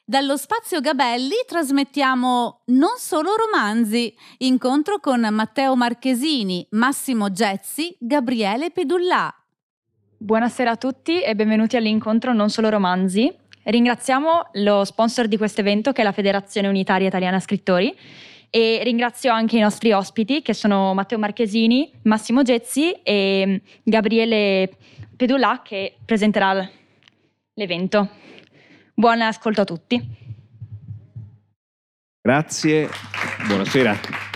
Dallo Spazio Gabelli trasmettiamo Non Solo Romanzi, incontro con Matteo Marchesini, Massimo Gezzi, Gabriele Pedullà. Buonasera a tutti e benvenuti all'incontro Non Solo Romanzi. Ringraziamo lo sponsor di questo evento, che è la Federazione Unitaria Italiana Scrittori, e ringrazio anche i nostri ospiti, che sono Matteo Marchesini, Massimo Gezzi e Gabriele Pedullà, che presenterà l'evento. Buon ascolto a tutti. Grazie, buonasera.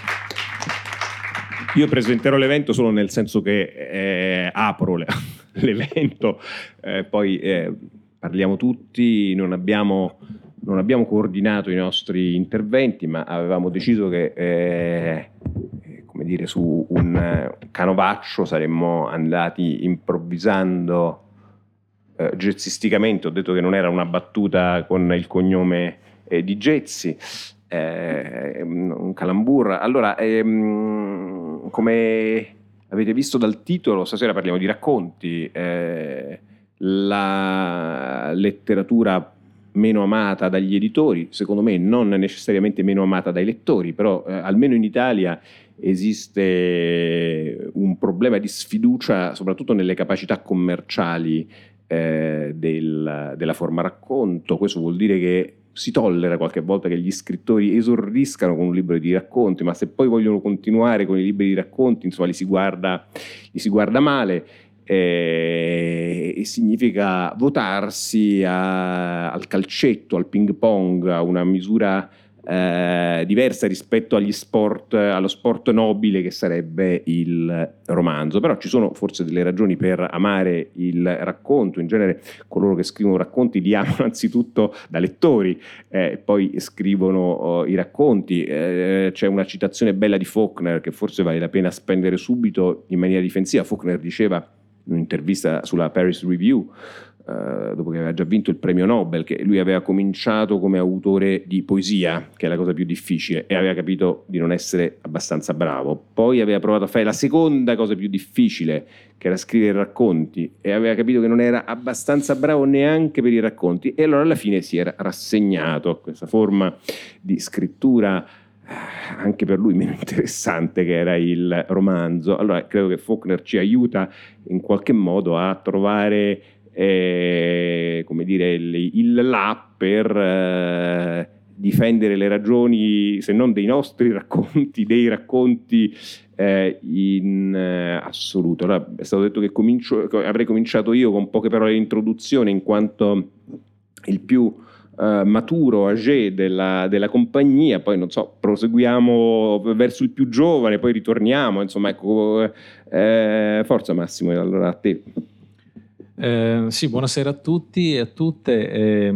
Io presenterò l'evento solo nel senso che apro l'evento, poi parliamo tutti. Non abbiamo coordinato i nostri interventi, ma avevamo deciso che come dire, su un canovaccio saremmo andati improvvisando gezzisticamente. Ho detto che non era una battuta con il cognome di Gezzi, un calambur. Allora, come avete visto dal titolo, stasera parliamo di racconti, la letteratura meno amata dagli editori, secondo me non necessariamente meno amata dai lettori, però almeno in Italia esiste un problema di sfiducia soprattutto nelle capacità commerciali della forma racconto. Questo vuol dire che si tollera qualche volta che gli scrittori esordiscano con un libro di racconti, ma se poi vogliono continuare con i libri di racconti, insomma, li si guarda male, e significa votarsi al calcetto, al ping pong, a una misura diversa rispetto allo sport nobile che sarebbe il romanzo. Però ci sono forse delle ragioni per amare il racconto. In genere coloro che scrivono racconti li amano anzitutto da lettori, poi scrivono i racconti. C'è una citazione bella di Faulkner che forse vale la pena spendere subito in maniera difensiva. Faulkner diceva in un'intervista sulla Paris Review, dopo che aveva già vinto il premio Nobel, che lui aveva cominciato come autore di poesia, che è la cosa più difficile, e aveva capito di non essere abbastanza bravo. Poi aveva provato a fare la seconda cosa più difficile, che era scrivere racconti, e aveva capito che non era abbastanza bravo neanche per i racconti, e allora alla fine si era rassegnato a questa forma di scrittura anche per lui meno interessante, che era il romanzo. Allora credo che Faulkner ci aiuta in qualche modo a trovare come dire, il là per difendere le ragioni, se non dei nostri racconti, dei racconti in assoluto. Allora, è stato detto che avrei cominciato io con poche parole di introduzione, in quanto il più maturo, âgé della compagnia. Poi non so, proseguiamo verso il più giovane, poi ritorniamo, insomma, ecco, forza Massimo, allora a te. Sì, buonasera a tutti e a tutte.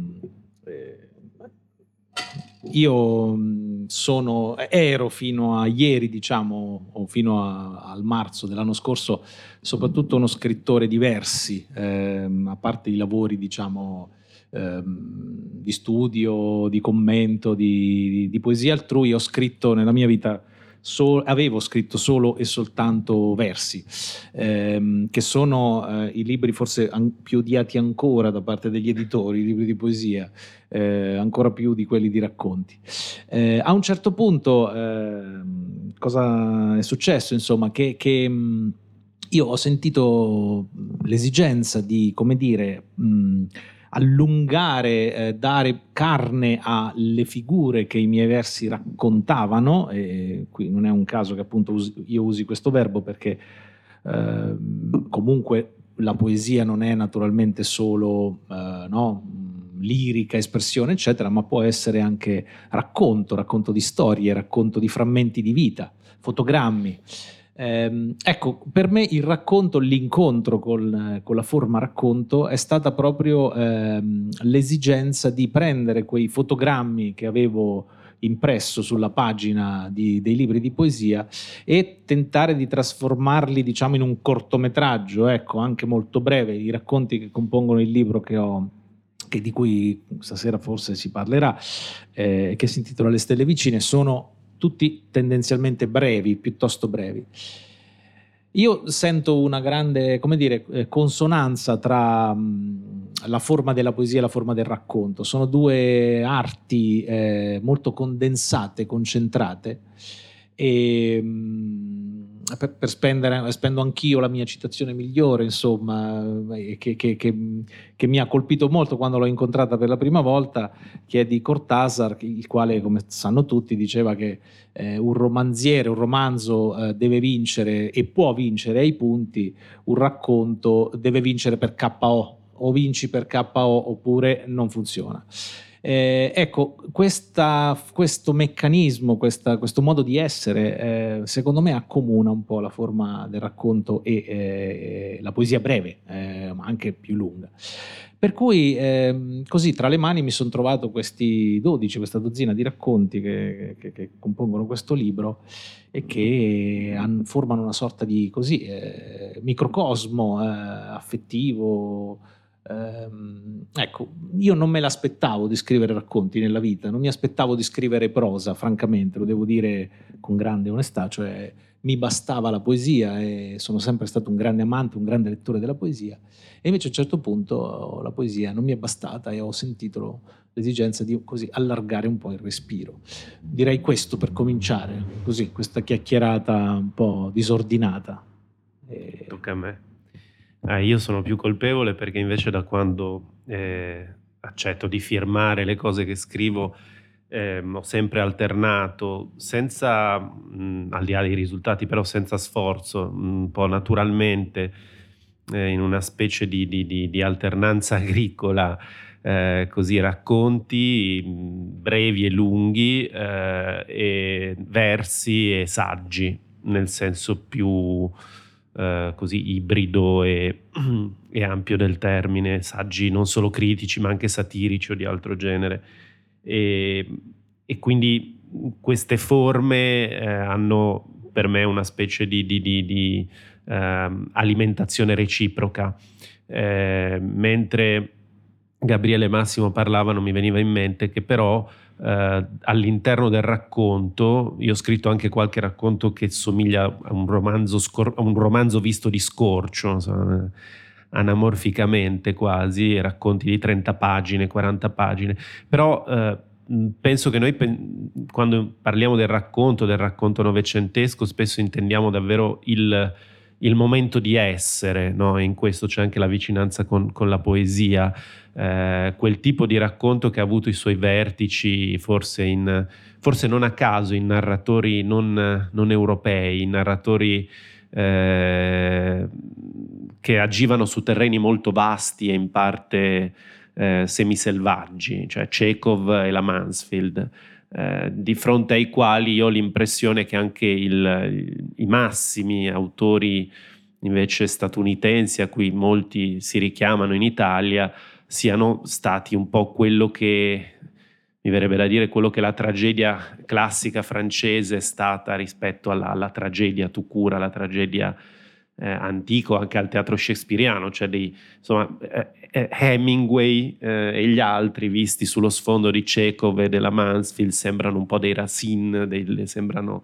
Io ero fino a ieri, diciamo, o fino al marzo dell'anno scorso, soprattutto uno scrittore di versi, a parte i lavori, diciamo, di studio, di commento, di poesia altrui. Ho scritto nella mia vita, avevo scritto solo e soltanto versi, che sono i libri forse più odiati ancora da parte degli editori, i libri di poesia, ancora più di quelli di racconti. A un certo punto cosa è successo? Insomma, che io ho sentito l'esigenza di, come dire, allungare, dare carne alle figure che i miei versi raccontavano, e qui non è un caso che appunto io usi questo verbo, perché comunque la poesia non è naturalmente solo lirica, espressione, eccetera, ma può essere anche racconto di storie, racconto di frammenti di vita, fotogrammi. Ecco, per me il racconto, l'incontro con la forma racconto è stata proprio l'esigenza di prendere quei fotogrammi che avevo impresso sulla pagina dei libri di poesia e tentare di trasformarli, diciamo, in un cortometraggio, ecco, anche molto breve. I racconti che compongono il libro di cui stasera forse si parlerà, che si intitola Le stelle vicine, sono tutti tendenzialmente brevi, piuttosto brevi. Io sento una grande, come dire, consonanza tra la forma della poesia e la forma del racconto. Sono due arti molto condensate, concentrate, e spendo anch'io la mia citazione migliore, insomma, che mi ha colpito molto quando l'ho incontrata per la prima volta, che è di Cortázar, il quale, come sanno tutti, diceva che un romanzo deve vincere e può vincere ai punti, un racconto deve vincere per KO, o vinci per KO oppure non funziona. Ecco, questo meccanismo, questo modo di essere, secondo me accomuna un po' la forma del racconto e la poesia breve, ma anche più lunga. Per cui così tra le mani mi sono trovato questa dozzina di racconti che compongono questo libro e che formano una sorta di microcosmo affettivo. Ecco, io non me l'aspettavo di scrivere racconti nella vita, non mi aspettavo di scrivere prosa, francamente, lo devo dire con grande onestà, cioè mi bastava la poesia e sono sempre stato un grande amante, un grande lettore della poesia, e invece a un certo punto la poesia non mi è bastata e ho sentito l'esigenza di così allargare un po' il respiro. Direi questo per cominciare, così, questa chiacchierata un po' disordinata. Tocca a me. Io sono più colpevole perché invece da quando accetto di firmare le cose che scrivo ho sempre alternato, senza, al di là dei risultati, però senza sforzo, un po' naturalmente, in una specie di alternanza agricola, così racconti brevi e lunghi, e versi e saggi, nel senso più così ibrido e ampio del termine, saggi non solo critici ma anche satirici o di altro genere, e quindi queste forme hanno per me una specie di alimentazione reciproca. Mentre Gabriele e Massimo parlavano, mi veniva in mente che però all'interno del racconto, io ho scritto anche qualche racconto che somiglia a un romanzo visto di scorcio, insomma, anamorficamente quasi, racconti di 30 pagine, 40 pagine, però penso che noi quando parliamo del racconto novecentesco spesso intendiamo davvero il momento di essere, no? In questo c'è anche la vicinanza con la poesia, quel tipo di racconto che ha avuto i suoi vertici forse non a caso in narratori non europei, in narratori che agivano su terreni molto vasti e in parte semiselvaggi, cioè Chekhov e la Mansfield, di fronte ai quali io ho l'impressione che anche i massimi autori invece statunitensi, a cui molti si richiamano in Italia, siano stati un po' quello che mi verrebbe da dire quello che la tragedia classica francese è stata rispetto alla tragedia tout court, alla tragedia antico, anche al teatro shakespeariano, cioè Hemingway e gli altri visti sullo sfondo di Chekhov e della Mansfield sembrano un po' dei Racine, sembrano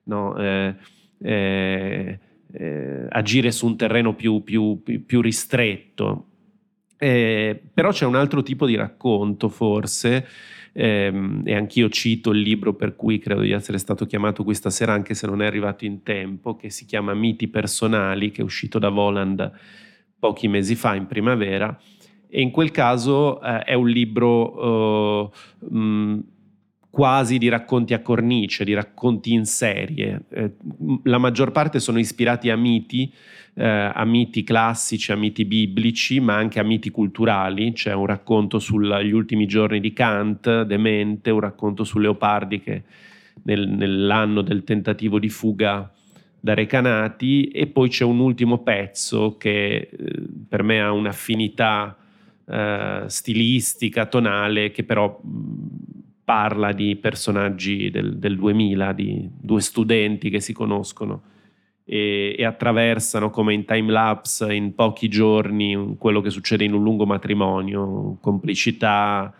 agire su un terreno più ristretto. Però c'è un altro tipo di racconto forse, e anch'io cito il libro per cui credo di essere stato chiamato questa sera, anche se non è arrivato in tempo, che si chiama Miti personali, che è uscito da Voland pochi mesi fa in primavera, e in quel caso è un libro quasi di racconti a cornice, di racconti in serie. La maggior parte sono ispirati a miti classici, a miti biblici, ma anche a miti culturali. C'è un racconto sugli ultimi giorni di Kant, Demente, un racconto su Leopardi che nell'anno del tentativo di fuga da Recanati, e poi c'è un ultimo pezzo che per me ha un'affinità stilistica, tonale, che però parla di personaggi del 2000, di due studenti che si conoscono e attraversano come in time lapse in pochi giorni quello che succede in un lungo matrimonio, complicità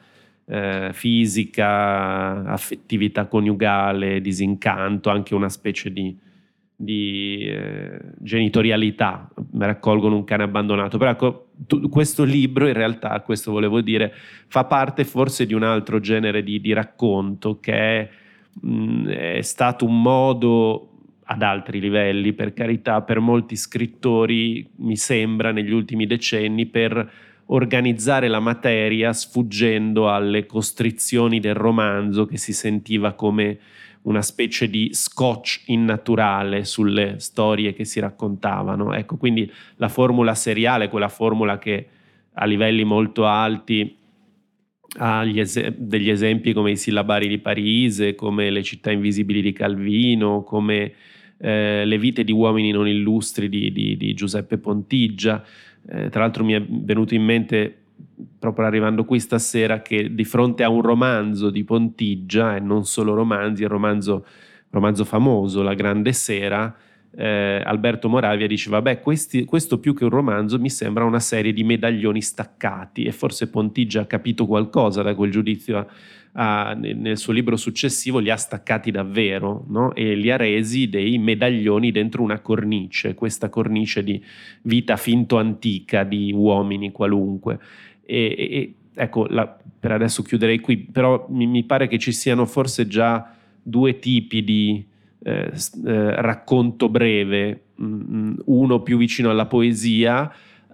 fisica, affettività coniugale, disincanto, anche una specie di genitorialità, raccolgono un cane abbandonato. Però ecco, questo libro in realtà, questo volevo dire, fa parte forse di un altro genere di racconto che è stato un modo, ad altri livelli per carità, per molti scrittori, mi sembra, negli ultimi decenni, per organizzare la materia sfuggendo alle costrizioni del romanzo, che si sentiva come una specie di scotch innaturale sulle storie che si raccontavano. Ecco, quindi la formula seriale, quella formula che a livelli molto alti ha degli esempi come i Sillabari di Parise, come Le città invisibili di Calvino, come Le vite di uomini non illustri di Giuseppe Pontiggia. Tra l'altro mi è venuto in mente, proprio arrivando qui stasera, che di fronte a un romanzo di Pontiggia, e non solo romanzi, il romanzo famoso, La Grande Sera, Alberto Moravia dice: vabbè, questo più che un romanzo mi sembra una serie di medaglioni staccati, e forse Pontiggia ha capito qualcosa da quel giudizio. Nel suo libro successivo li ha staccati davvero, no? E li ha resi dei medaglioni dentro una cornice, questa cornice di vita finto antica di uomini qualunque. E ecco, per adesso chiuderei qui, però mi pare che ci siano forse già due tipi di racconto breve, uno più vicino alla poesia,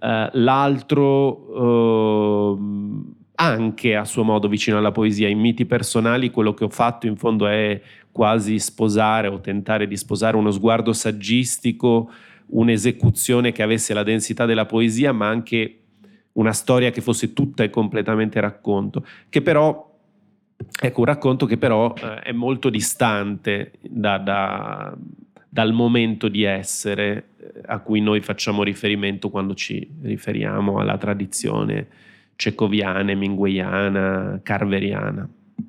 l'altro anche a suo modo vicino alla poesia. In Miti personali quello che ho fatto in fondo è quasi sposare o tentare di sposare uno sguardo saggistico, un'esecuzione che avesse la densità della poesia, ma anche una storia che fosse tutta e completamente racconto, che però, ecco, un racconto che però è molto distante dal momento di essere a cui noi facciamo riferimento quando ci riferiamo alla tradizione cecoviana, hemingwayana, carveriana.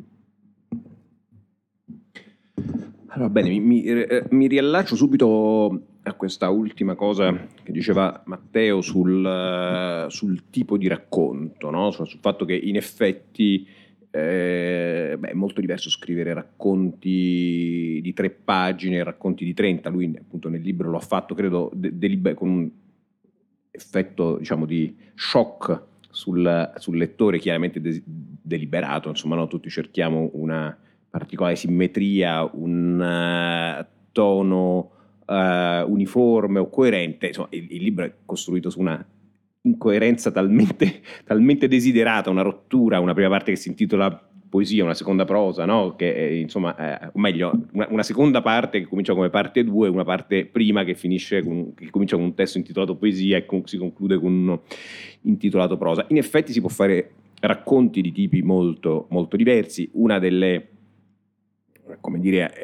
Allora, bene, mi riallaccio subito a questa ultima cosa che diceva Matteo sul tipo di racconto, no? Sul fatto che in effetti è molto diverso scrivere racconti di 3 pagine, racconti di 30. Lui appunto nel libro lo ha fatto, credo, con un effetto, diciamo, di shock sul lettore, chiaramente deliberato, insomma, no? Tutti cerchiamo una particolare simmetria, un tono uniforme o coerente. Insomma, il libro è costruito su una incoerenza talmente desiderata, una rottura, una prima parte che si intitola poesia, una seconda prosa, no? Che insomma, o meglio, una seconda parte che comincia come parte 2, una parte prima che che comincia con un testo intitolato poesia e si conclude con uno intitolato prosa. In effetti si può fare racconti di tipi molto, molto diversi. Una delle, come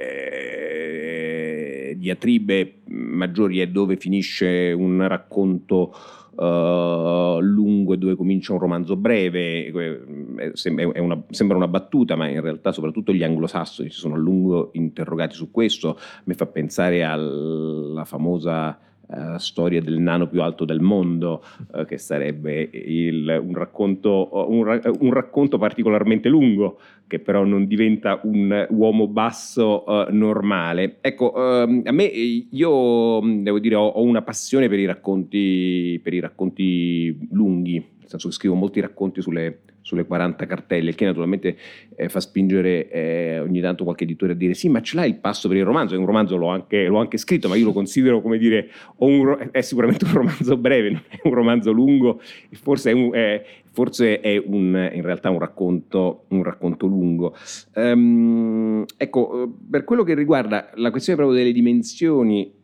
dire, diatribe maggiori è dove finisce un racconto lungo e dove comincia un romanzo breve. Sembra una battuta, ma in realtà soprattutto gli anglosassoni si sono a lungo interrogati su questo. Mi fa pensare alla famosa storia del nano più alto del mondo, che sarebbe un racconto particolarmente lungo, che però non diventa un uomo basso normale. Ecco, a me, io devo dire, ho una passione per i racconti lunghi, nel senso che scrivo molti racconti sulle 40 cartelle, il che naturalmente fa spingere ogni tanto qualche editore a dire: sì, ma ce l'hai il passo per il romanzo? E un romanzo l'ho anche scritto, ma io lo considero, come dire, è sicuramente un romanzo breve, non è un romanzo lungo, forse è in realtà un racconto lungo. Ecco, per quello che riguarda la questione proprio delle dimensioni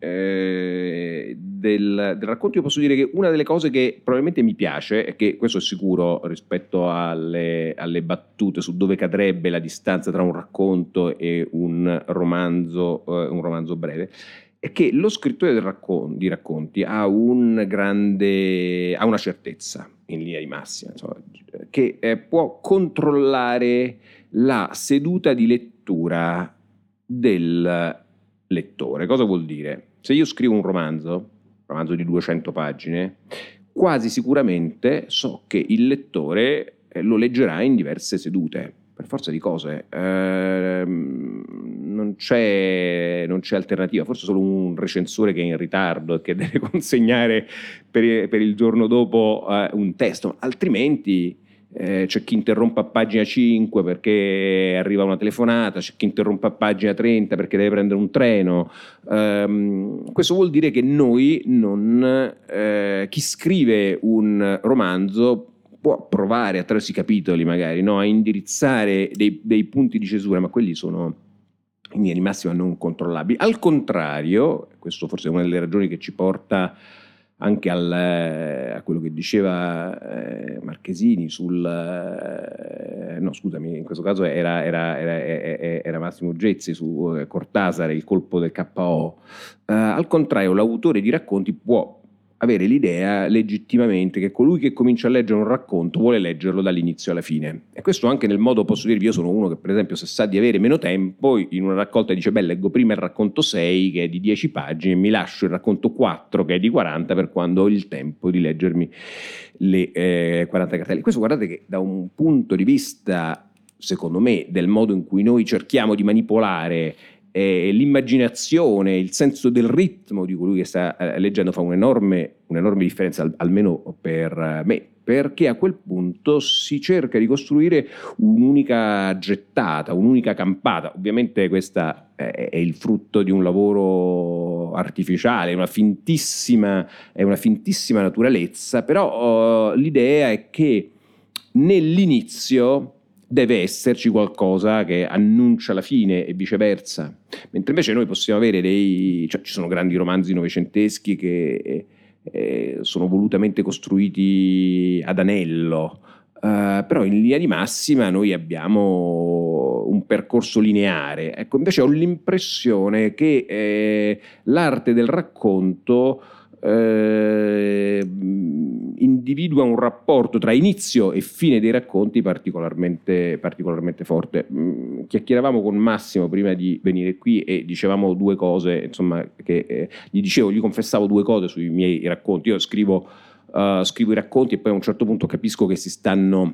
del racconto, io posso dire che una delle cose che probabilmente mi piace, e che questo è sicuro rispetto alle battute su dove cadrebbe la distanza tra un racconto e un romanzo breve, è che lo scrittore di racconti ha una certezza in linea di massima, insomma, che può controllare la seduta di lettura del lettore. Cosa vuol dire? Se io scrivo un romanzo di 200 pagine, quasi sicuramente so che il lettore lo leggerà in diverse sedute, per forza di cose. Non non c'è alternativa, forse solo un recensore che è in ritardo e che deve consegnare per il giorno dopo un testo, altrimenti c'è chi interrompe a pagina 5 perché arriva una telefonata, c'è chi interrompe a pagina 30 perché deve prendere un treno. Questo vuol dire che noi chi scrive un romanzo può provare attraverso i capitoli magari, no, a indirizzare dei punti di cesura, ma quelli sono in linea di massima non controllabili. Al contrario, questo forse è una delle ragioni che ci porta anche a quello che diceva Marchesini no scusami, in questo caso era Massimo Gezzi su Cortasare, il colpo del KO. Al contrario, l'autore di racconti può avere l'idea legittimamente che colui che comincia a leggere un racconto vuole leggerlo dall'inizio alla fine, e questo anche nel modo, posso dirvi, io sono uno che per esempio se sa di avere meno tempo in una raccolta dice leggo prima il racconto 6 che è di 10 pagine e mi lascio il racconto 4 che è di 40 per quando ho il tempo di leggermi le 40 cartelle. Questo, guardate che da un punto di vista, secondo me, del modo in cui noi cerchiamo di manipolare l'immaginazione, il senso del ritmo di colui che sta leggendo fa un'enorme differenza, almeno per me, perché a quel punto si cerca di costruire un'unica gettata, un'unica campata. Ovviamente questa è il frutto di un lavoro artificiale, è una fintissima naturalezza, però l'idea è che nell'inizio deve esserci qualcosa che annuncia la fine e viceversa, mentre invece noi possiamo avere ci sono grandi romanzi novecenteschi che sono volutamente costruiti ad anello, però in linea di massima noi abbiamo un percorso lineare. Ecco, invece ho l'impressione che l'arte del racconto individua un rapporto tra inizio e fine dei racconti particolarmente forte. Chiacchieravamo con Massimo prima di venire qui e dicevamo due cose, insomma, che gli confessavo due cose sui miei racconti. Io scrivo i racconti e poi a un certo punto capisco che si stanno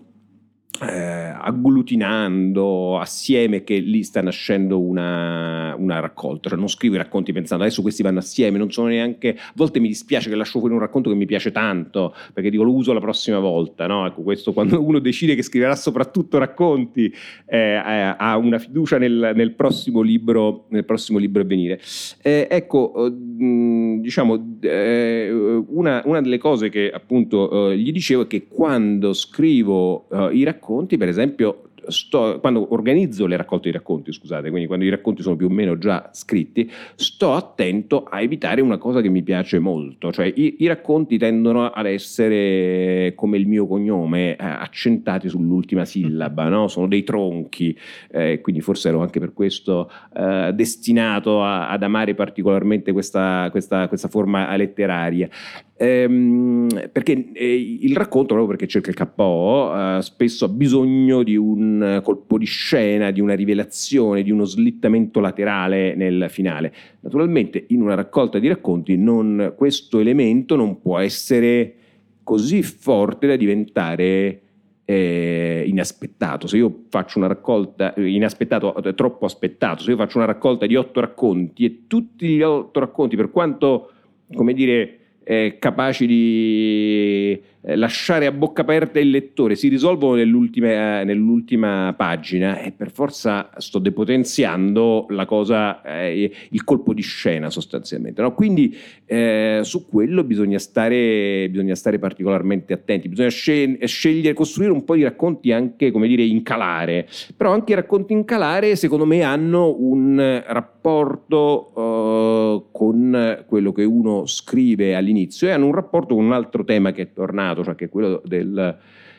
agglutinando assieme, che lì sta nascendo una raccolta. Cioè non scrivo i racconti pensando adesso questi vanno assieme, non sono neanche, a volte mi dispiace che lascio fuori un racconto che mi piace tanto perché dico lo uso la prossima volta, no? Ecco, questo quando uno decide che scriverà soprattutto racconti ha una fiducia nel prossimo libro a venire. Ecco, diciamo una delle cose che appunto gli dicevo è che quando scrivo i racconti, per esempio, quando organizzo le raccolte di racconti, scusate, quindi quando i racconti sono più o meno già scritti, sto attento a evitare una cosa che mi piace molto, cioè i racconti tendono ad essere come il mio cognome, accentati sull'ultima sillaba, no? Sono dei tronchi, quindi forse ero anche per questo destinato ad amare particolarmente questa forma letteraria. Perché il racconto, proprio perché cerca il KO, spesso ha bisogno di un colpo di scena, di una rivelazione, di uno slittamento laterale nel finale. Naturalmente in una raccolta di racconti questo elemento non può essere così forte da diventare inaspettato. Se io faccio una raccolta troppo aspettato, se io faccio una raccolta di 8 racconti e tutti gli 8 racconti, per quanto, come dire, capaci di lasciare a bocca aperta il lettore, si risolvono nell'ultima pagina, e per forza sto depotenziando la cosa, il colpo di scena sostanzialmente, no? Quindi su quello bisogna stare particolarmente attenti, bisogna scegliere, costruire un po' di racconti anche, come dire, in calare, però anche i racconti in calare secondo me hanno un rapporto con quello che uno scrive all'inizio, e hanno un rapporto con un altro tema che è tornato, cioè che è quello della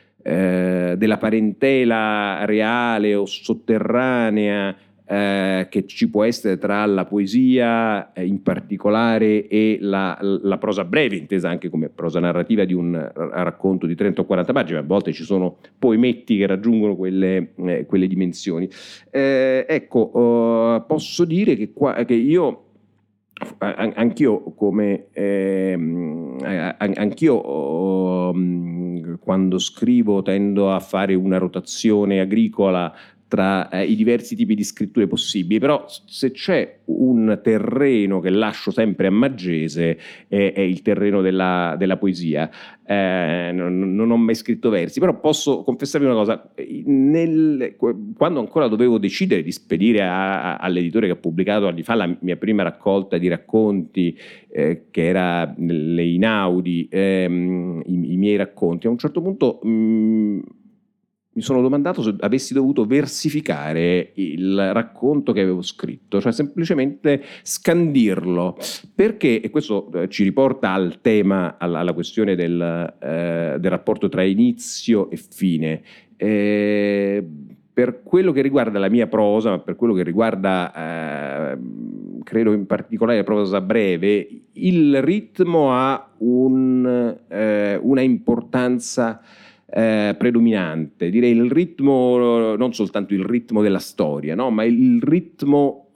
parentela reale o sotterranea che ci può essere tra la poesia in particolare e la prosa breve, intesa anche come prosa narrativa di un racconto di 30 o 40 pagine. A volte ci sono poemetti che raggiungono quelle dimensioni. Ecco, posso dire che io anch'io quando scrivo tendo a fare una rotazione agricola i diversi tipi di scritture possibili, però se c'è un terreno che lascio sempre a Maggese è il terreno della poesia. Non ho mai scritto versi, però posso confessarvi una cosa: quando ancora dovevo decidere di spedire all'editore che ha pubblicato anni fa la mia prima raccolta di racconti, che era le Inaudi, i miei racconti, a un certo punto mi sono domandato se avessi dovuto versificare il racconto che avevo scritto, cioè semplicemente scandirlo, perché, e questo ci riporta al tema, alla questione del rapporto tra inizio e fine. Per quello che riguarda la mia prosa, ma per quello che riguarda, credo in particolare la prosa breve, il ritmo ha una importanza predominante. Direi il ritmo, non soltanto il ritmo della storia, no? Ma il ritmo,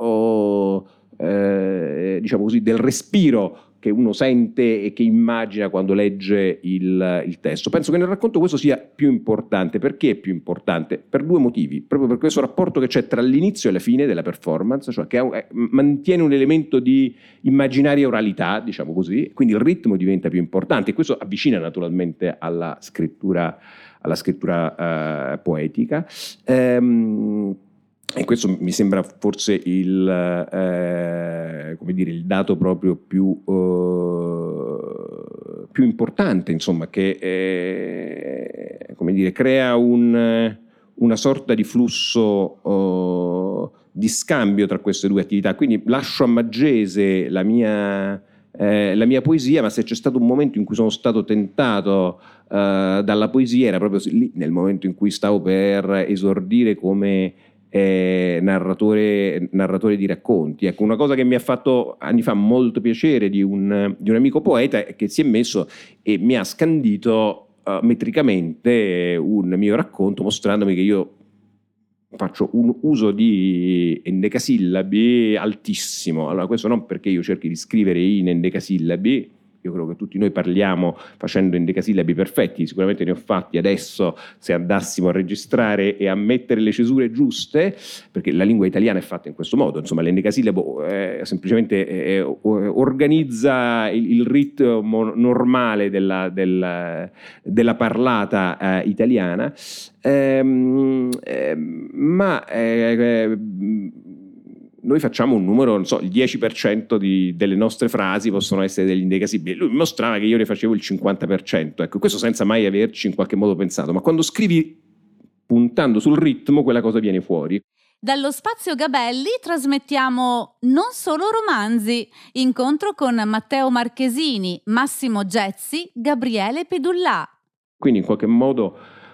diciamo così, del respiro che uno sente e che immagina quando legge il testo. Penso che nel racconto questo sia più importante. Perché è più importante? Per due motivi: proprio per questo rapporto che c'è tra l'inizio e la fine della performance, cioè che mantiene un elemento di immaginaria oralità, diciamo così, quindi il ritmo diventa più importante, e questo avvicina naturalmente alla scrittura poetica. E questo mi sembra forse il dato proprio più importante, insomma, che crea una sorta di flusso di scambio tra queste due attività. Quindi lascio a Maggese la mia poesia, ma se c'è stato un momento in cui sono stato tentato dalla poesia era proprio lì, nel momento in cui stavo per esordire come narratore di racconti. Ecco, una cosa che mi ha fatto anni fa molto piacere di un amico poeta è che si è messo e mi ha scandito metricamente un mio racconto, mostrandomi che io faccio un uso di endecasillabi altissimo. Allora, questo non perché io cerchi di scrivere in endecasillabi. Io credo che tutti noi parliamo facendo endecasillabi perfetti, sicuramente ne ho fatti adesso se andassimo a registrare e a mettere le cesure giuste, perché la lingua italiana è fatta in questo modo, insomma l'endecasillabo semplicemente organizza il ritmo normale della parlata italiana, ma noi facciamo un numero, non so, il 10% delle nostre frasi possono essere degli indecasibili. Lui mi mostrava che io ne facevo il 50%, ecco, questo senza mai averci in qualche modo pensato, ma quando scrivi puntando sul ritmo quella cosa viene fuori. Dallo Spazio Gabelli trasmettiamo Non solo romanzi, incontro con Matteo Marchesini, Massimo Gezzi, Gabriele Pedullà. Quindi in qualche modo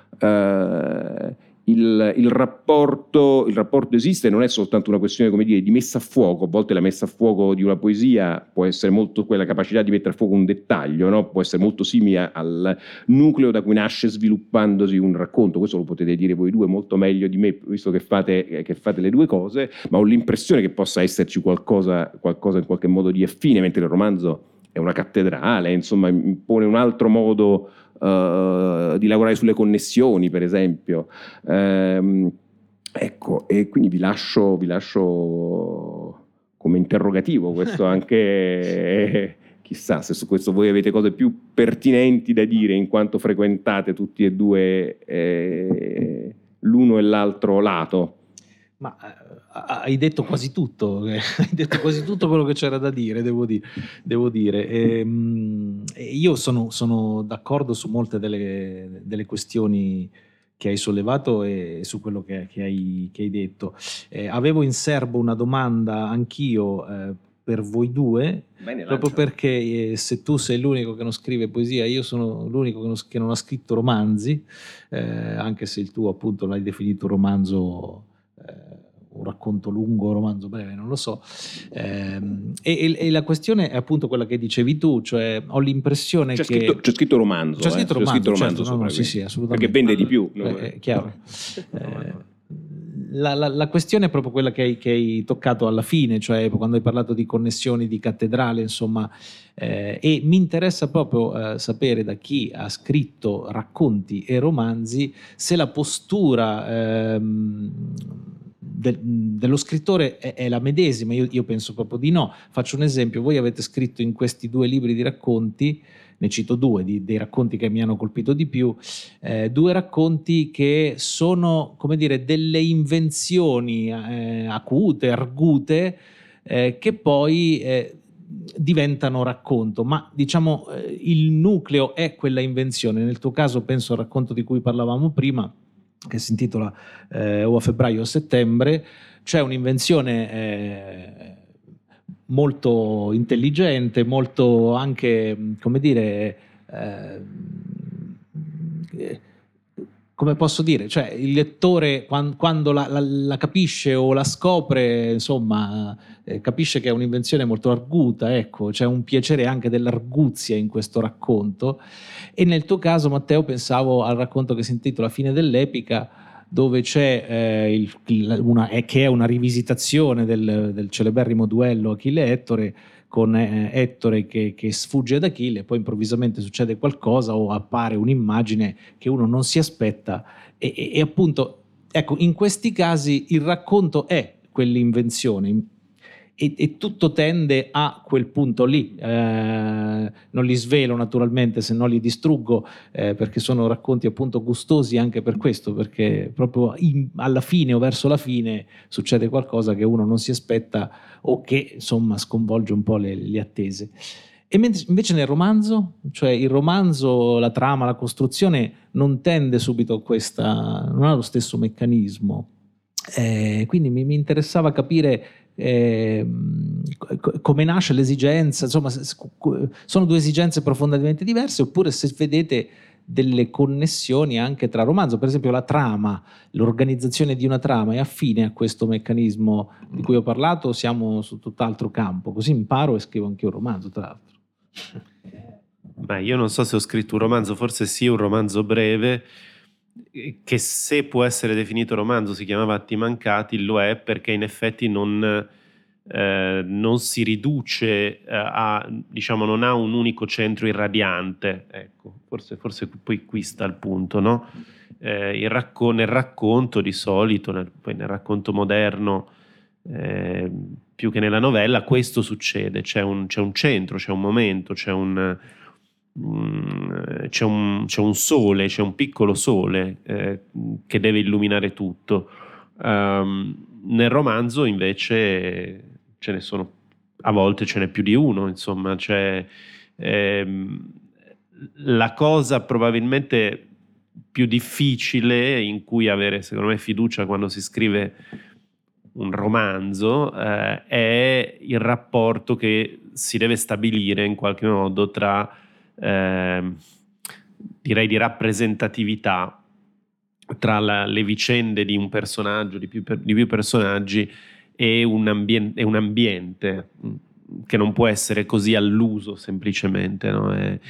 il rapporto esiste, non è soltanto una questione, come dire, di messa a fuoco. A volte la messa a fuoco di una poesia può essere molto quella capacità di mettere a fuoco un dettaglio, no? Può essere molto simile al nucleo da cui nasce sviluppandosi un racconto. Questo lo potete dire voi due molto meglio di me, visto che fate le due cose, ma ho l'impressione che possa esserci qualcosa in qualche modo di affine, mentre il romanzo è una cattedrale, insomma impone un altro modo di lavorare sulle connessioni, per esempio. Ecco, e quindi vi lascio come interrogativo questo anche. Chissà se su questo voi avete cose più pertinenti da dire, in quanto frequentate tutti e due l'uno e l'altro lato. Ma hai detto quasi tutto, hai detto quasi tutto quello che c'era da dire, devo dire. Io sono d'accordo su molte delle questioni che hai sollevato e su quello che hai detto. Avevo in serbo una domanda anch'io per voi due. Bene, proprio perché se tu sei l'unico che non scrive poesia, io sono l'unico che non ha scritto romanzi, anche se il tuo appunto l'hai definito romanzo, un racconto lungo, romanzo breve, non lo so, e la questione è appunto quella che dicevi tu, cioè ho l'impressione c'è che scritto romanzo, c'è scritto romanzo, certo, sopra, sì, assolutamente, perché vende di più, no? È chiaro. La questione è proprio quella che hai toccato alla fine, cioè quando hai parlato di connessioni, di cattedrale, insomma, e mi interessa proprio sapere da chi ha scritto racconti e romanzi se la postura dello scrittore è la medesima? Io penso proprio di no. Faccio un esempio: voi avete scritto in questi 2 libri di racconti, ne cito 2 dei racconti che mi hanno colpito di più, 2 racconti che sono, come dire, delle invenzioni acute, argute, che poi diventano racconto, ma diciamo il nucleo è quella invenzione. Nel tuo caso penso al racconto di cui parlavamo prima, che si intitola o a febbraio o a settembre. C'è un'invenzione molto intelligente, molto anche, come dire, come posso dire, cioè il lettore quando la capisce o la scopre, insomma, capisce che è un'invenzione molto arguta, ecco, c'è un piacere anche dell'arguzia in questo racconto. E nel tuo caso, Matteo, pensavo al racconto che si intitola Fine dell'epica, dove c'è che è una rivisitazione del celeberrimo duello Achille-Ettore, con Ettore che sfugge ad Achille, poi improvvisamente succede qualcosa o appare un'immagine che uno non si aspetta e appunto, ecco, in questi casi il racconto è quell'invenzione e tutto tende a quel punto lì. Non li svelo naturalmente, se no li distruggo, perché sono racconti appunto gustosi anche per questo, perché proprio alla fine o verso la fine succede qualcosa che uno non si aspetta o che insomma sconvolge un po' le attese. E invece nel romanzo, cioè il romanzo, la trama, la costruzione non tende subito a questa, non ha lo stesso meccanismo, quindi mi interessava capire come nasce l'esigenza, insomma, sono 2 esigenze profondamente diverse, oppure se vedete delle connessioni anche tra romanzo. Per esempio la trama, l'organizzazione di una trama è affine a questo meccanismo di cui ho parlato, siamo su tutt'altro campo, così imparo e scrivo anche un romanzo, tra l'altro. Beh, io non so se ho scritto un romanzo, forse sì, un romanzo breve, che se può essere definito romanzo, si chiamava Atti Mancati, lo è perché in effetti non si riduce diciamo, non ha un unico centro irradiante, ecco, forse poi qui sta il punto, no? Nel racconto di solito, poi nel racconto moderno, più che nella novella, questo succede, c'è un centro, c'è un momento, c'è un sole, c'è un piccolo sole che deve illuminare tutto. Nel romanzo invece ce ne sono, a volte ce n'è più di uno, insomma, c'è la cosa probabilmente più difficile in cui avere, secondo me, fiducia quando si scrive un romanzo è il rapporto che si deve stabilire in qualche modo tra direi di rappresentatività tra le vicende di un personaggio, di più personaggi, e un ambiente che non può essere così alluso semplicemente, no?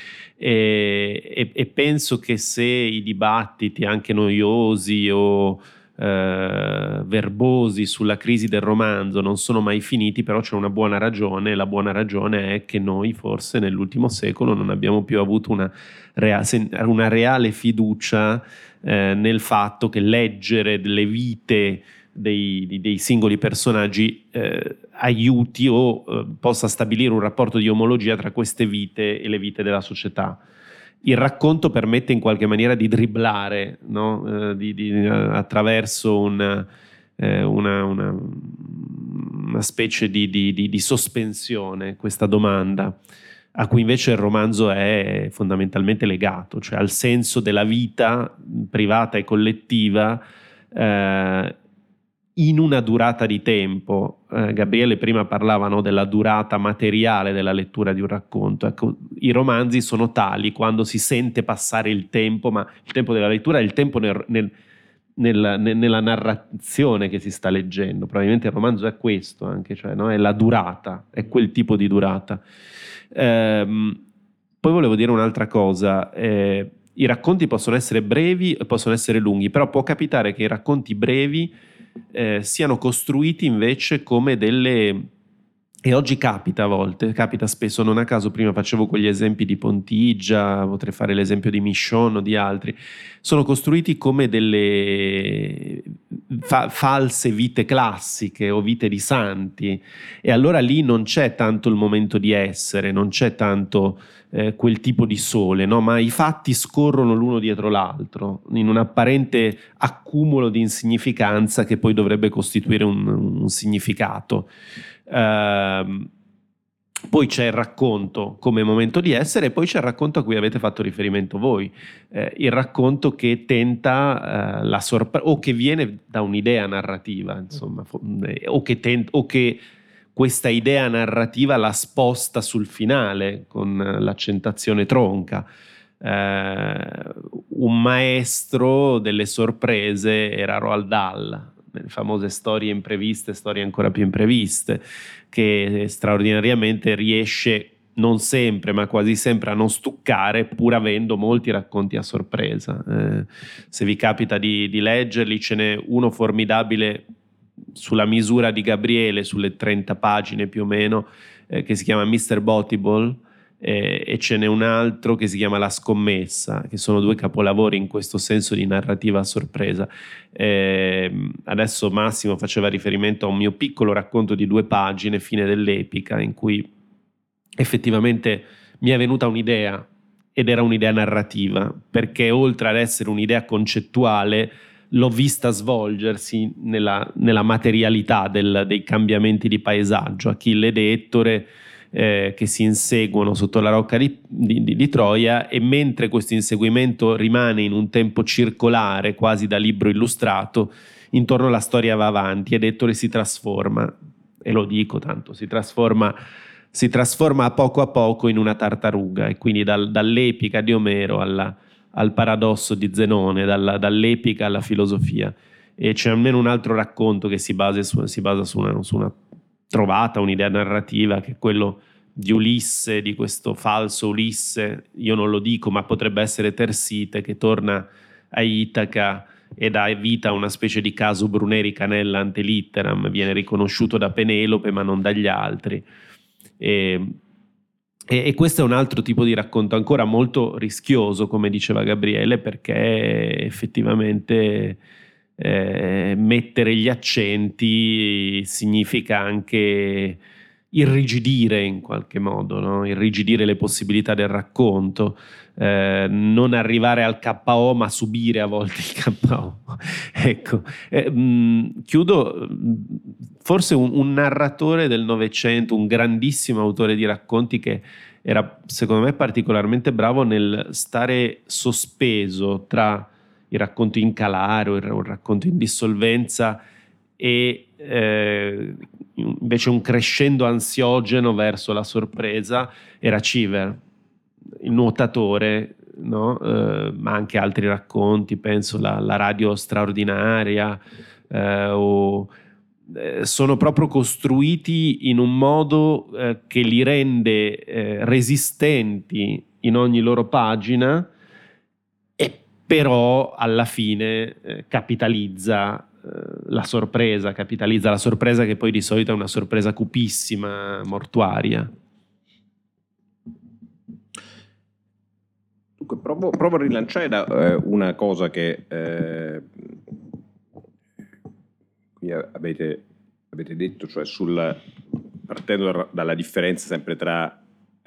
E penso che se i dibattiti anche noiosi o verbosi sulla crisi del romanzo non sono mai finiti, però c'è una buona ragione, e la buona ragione è che noi forse nell'ultimo secolo non abbiamo più avuto una reale fiducia nel fatto che leggere delle vite dei singoli personaggi aiuti o possa stabilire un rapporto di omologia tra queste vite e le vite della società. Il racconto permette in qualche maniera di dribblare, no? Attraverso una specie di sospensione questa domanda, a cui invece il romanzo è fondamentalmente legato, cioè al senso della vita privata e collettiva in una durata di tempo. Gabriele prima parlava, no, della durata materiale della lettura di un racconto. Ecco, i romanzi sono tali quando si sente passare il tempo, ma il tempo della lettura è il tempo nella narrazione che si sta leggendo. Probabilmente il romanzo è questo anche, cioè, no? È la durata, è quel tipo di durata. Poi volevo dire un'altra cosa. I racconti possono essere brevi e possono essere lunghi, però può capitare che i racconti brevi siano costruiti invece come delle E oggi capita a volte, capita spesso, non a caso prima facevo quegli esempi di Pontigia, potrei fare l'esempio di Michon o di altri, sono costruiti come delle false vite classiche o vite di santi, e allora lì non c'è tanto il momento di essere, non c'è tanto quel tipo di sole, no? Ma i fatti scorrono l'uno dietro l'altro in un apparente accumulo di insignificanza che poi dovrebbe costituire un significato. Poi c'è il racconto come momento di essere, e poi c'è il racconto a cui avete fatto riferimento voi, il racconto che tenta la sorpresa, o che viene da un'idea narrativa, insomma, o che questa idea narrativa la sposta sul finale con l'accentazione tronca. Un maestro delle sorprese era Roald Dahl, nelle famose storie impreviste, storie ancora più impreviste, che straordinariamente riesce, non sempre ma quasi sempre, a non stuccare, pur avendo molti racconti a sorpresa. Se vi capita di leggerli, ce n'è uno formidabile sulla misura di Gabriele, sulle 30 pagine più o meno, che si chiama Mr. Bottable, e ce n'è un altro che si chiama La scommessa, che sono due capolavori in questo senso di narrativa a sorpresa. Adesso Massimo faceva riferimento a un mio piccolo racconto di 2 pagine, Fine dell'epica, in cui effettivamente mi è venuta un'idea, ed era un'idea narrativa, perché oltre ad essere un'idea concettuale l'ho vista svolgersi nella materialità dei cambiamenti di paesaggio, Achille ed Ettore che si inseguono sotto la rocca di Troia, e mentre questo inseguimento rimane in un tempo circolare, quasi da libro illustrato, intorno alla storia va avanti ed Ettore si trasforma, e lo dico tanto, si trasforma a poco in una tartaruga, e quindi dall'epica di Omero al paradosso di Zenone, dall'epica alla filosofia. E c'è almeno un altro racconto che si basa su una trovata, un'idea narrativa, che è quello di Ulisse, di questo falso Ulisse, io non lo dico, ma potrebbe essere Tersite, che torna a Itaca e dà vita a una specie di caso Bruneri Canella ante litteram, viene riconosciuto da Penelope ma non dagli altri. E questo è un altro tipo di racconto ancora molto rischioso, come diceva Gabriele, perché effettivamente mettere gli accenti significa anche irrigidire in qualche modo, no? Irrigidire le possibilità del racconto, non arrivare al KO ma subire a volte il KO. Ecco, chiudo. Forse un narratore del Novecento, un grandissimo autore di racconti, che era secondo me particolarmente bravo nel stare sospeso tra il racconto in calare, il racconto in dissolvenza, e invece un crescendo ansiogeno verso la sorpresa, era Cheever, il nuotatore, no? Ma anche altri racconti, penso la radio straordinaria, sono proprio costruiti in un modo che li rende resistenti in ogni loro pagina, e però alla fine capitalizza la sorpresa che poi di solito è una sorpresa cupissima, mortuaria. Dunque, provo a rilanciare da una cosa che avete detto, cioè partendo dalla differenza sempre tra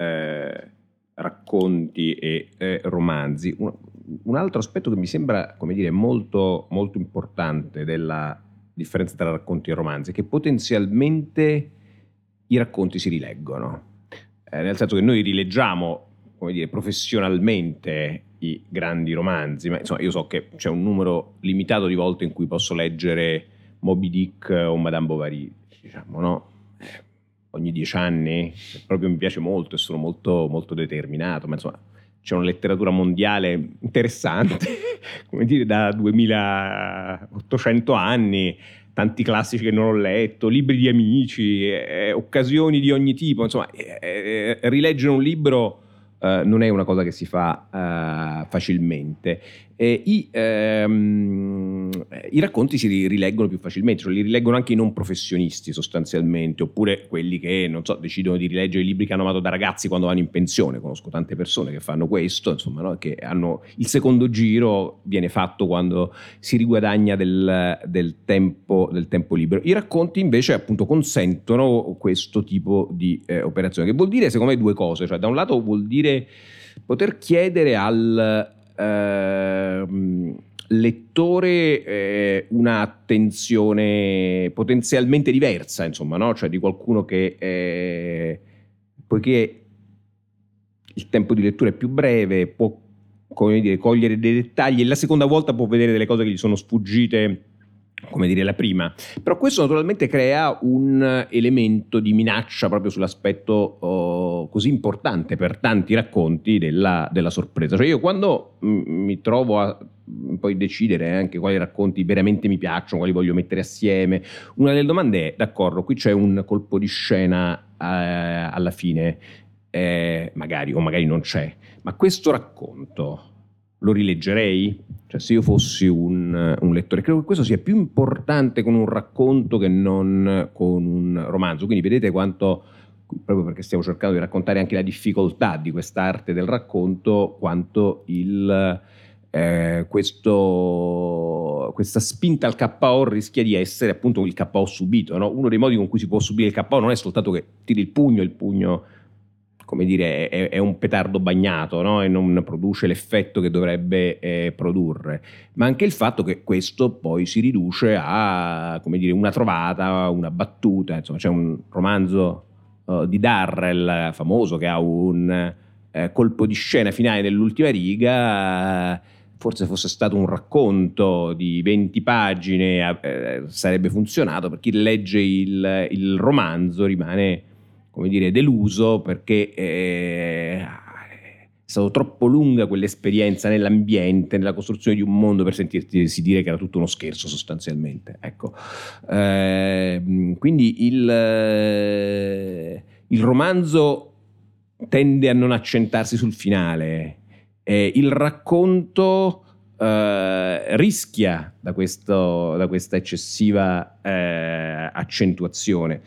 racconti e romanzi. Un altro aspetto che mi sembra, come dire, molto, molto importante della differenza tra racconti e romanzi è che potenzialmente i racconti si rileggono, nel senso che noi rileggiamo, come dire, professionalmente i grandi romanzi, ma insomma io so che c'è un numero limitato di volte in cui posso leggere Moby Dick o Madame Bovary, diciamo, no? Ogni 10 anni, proprio mi piace molto e sono molto, molto determinato, ma insomma c'è una letteratura mondiale interessante, come dire, da 2800 anni, tanti classici che non ho letto, libri di amici, occasioni di ogni tipo, insomma rileggere un libro non è una cosa che si fa facilmente. I racconti si rileggono più facilmente, cioè li rileggono anche i non professionisti sostanzialmente, oppure quelli che, non so, decidono di rileggere i libri che hanno amato da ragazzi quando vanno in pensione. Conosco tante persone che fanno questo, insomma, no? Che hanno il secondo giro, viene fatto quando si riguadagna del tempo libero. I racconti invece appunto consentono questo tipo di operazione, che vuol dire secondo me due cose. Cioè, da un lato vuol dire poter chiedere al lettore un'attenzione potenzialmente diversa, insomma, no? Cioè di qualcuno che poiché il tempo di lettura è più breve, può, come dire, cogliere dei dettagli, e la seconda volta può vedere delle cose che gli sono sfuggite, come dire, la prima. Però questo naturalmente crea un elemento di minaccia proprio sull'aspetto così importante per tanti racconti della sorpresa. Cioè io quando mi trovo a poi decidere anche quali racconti veramente mi piacciono, quali voglio mettere assieme, una delle domande è: d'accordo, qui c'è un colpo di scena alla fine, magari o magari non c'è, ma questo racconto lo rileggerei? Cioè, se io fossi un lettore, credo che questo sia più importante con un racconto che non con un romanzo. Quindi vedete quanto, proprio perché stiamo cercando di raccontare anche la difficoltà di quest'arte del racconto, quanto questa spinta al KO rischia di essere appunto il KO subito, no? Uno dei modi con cui si può subire il KO non è soltanto che tiri il pugno come dire, è un petardo bagnato, no? E non produce l'effetto che dovrebbe produrre, ma anche il fatto che questo poi si riduce a, come dire, una trovata, una battuta. Insomma, c'è un romanzo di Darrell famoso che ha un colpo di scena finale nell'ultima riga. Forse fosse stato un racconto di 20 pagine sarebbe funzionato. Per chi legge il romanzo rimane, come dire, deluso, perché è stata troppo lunga quell'esperienza nell'ambiente, nella costruzione di un mondo, per sentirsi dire che era tutto uno scherzo sostanzialmente. Ecco. Quindi il romanzo tende a non accentarsi sul finale, il racconto rischia da questa eccessiva accentuazione.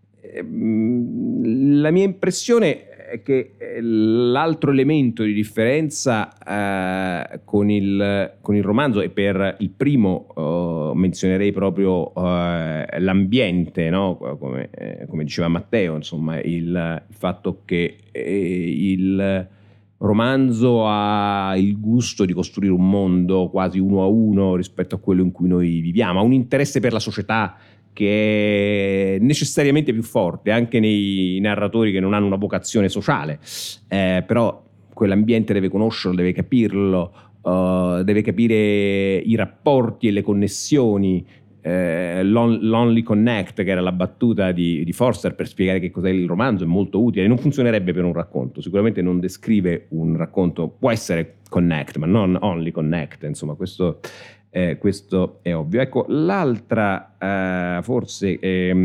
La mia impressione è che l'altro elemento di differenza con il romanzo, e per il primo menzionerei proprio l'ambiente, no? Come diceva Matteo, insomma, il fatto che il romanzo ha il gusto di costruire un mondo quasi uno a uno rispetto a quello in cui noi viviamo, ha un interesse per la società che è necessariamente più forte anche nei narratori che non hanno una vocazione sociale, però quell'ambiente deve conoscerlo, deve capirlo, deve capire i rapporti e le connessioni. Lonely Connect, che era la battuta di Forster per spiegare che cos'è il romanzo, è molto utile. Non funzionerebbe per un racconto, sicuramente non descrive un racconto, può essere Connect ma non Only Connect, insomma questo è ovvio. Ecco, l'altra forse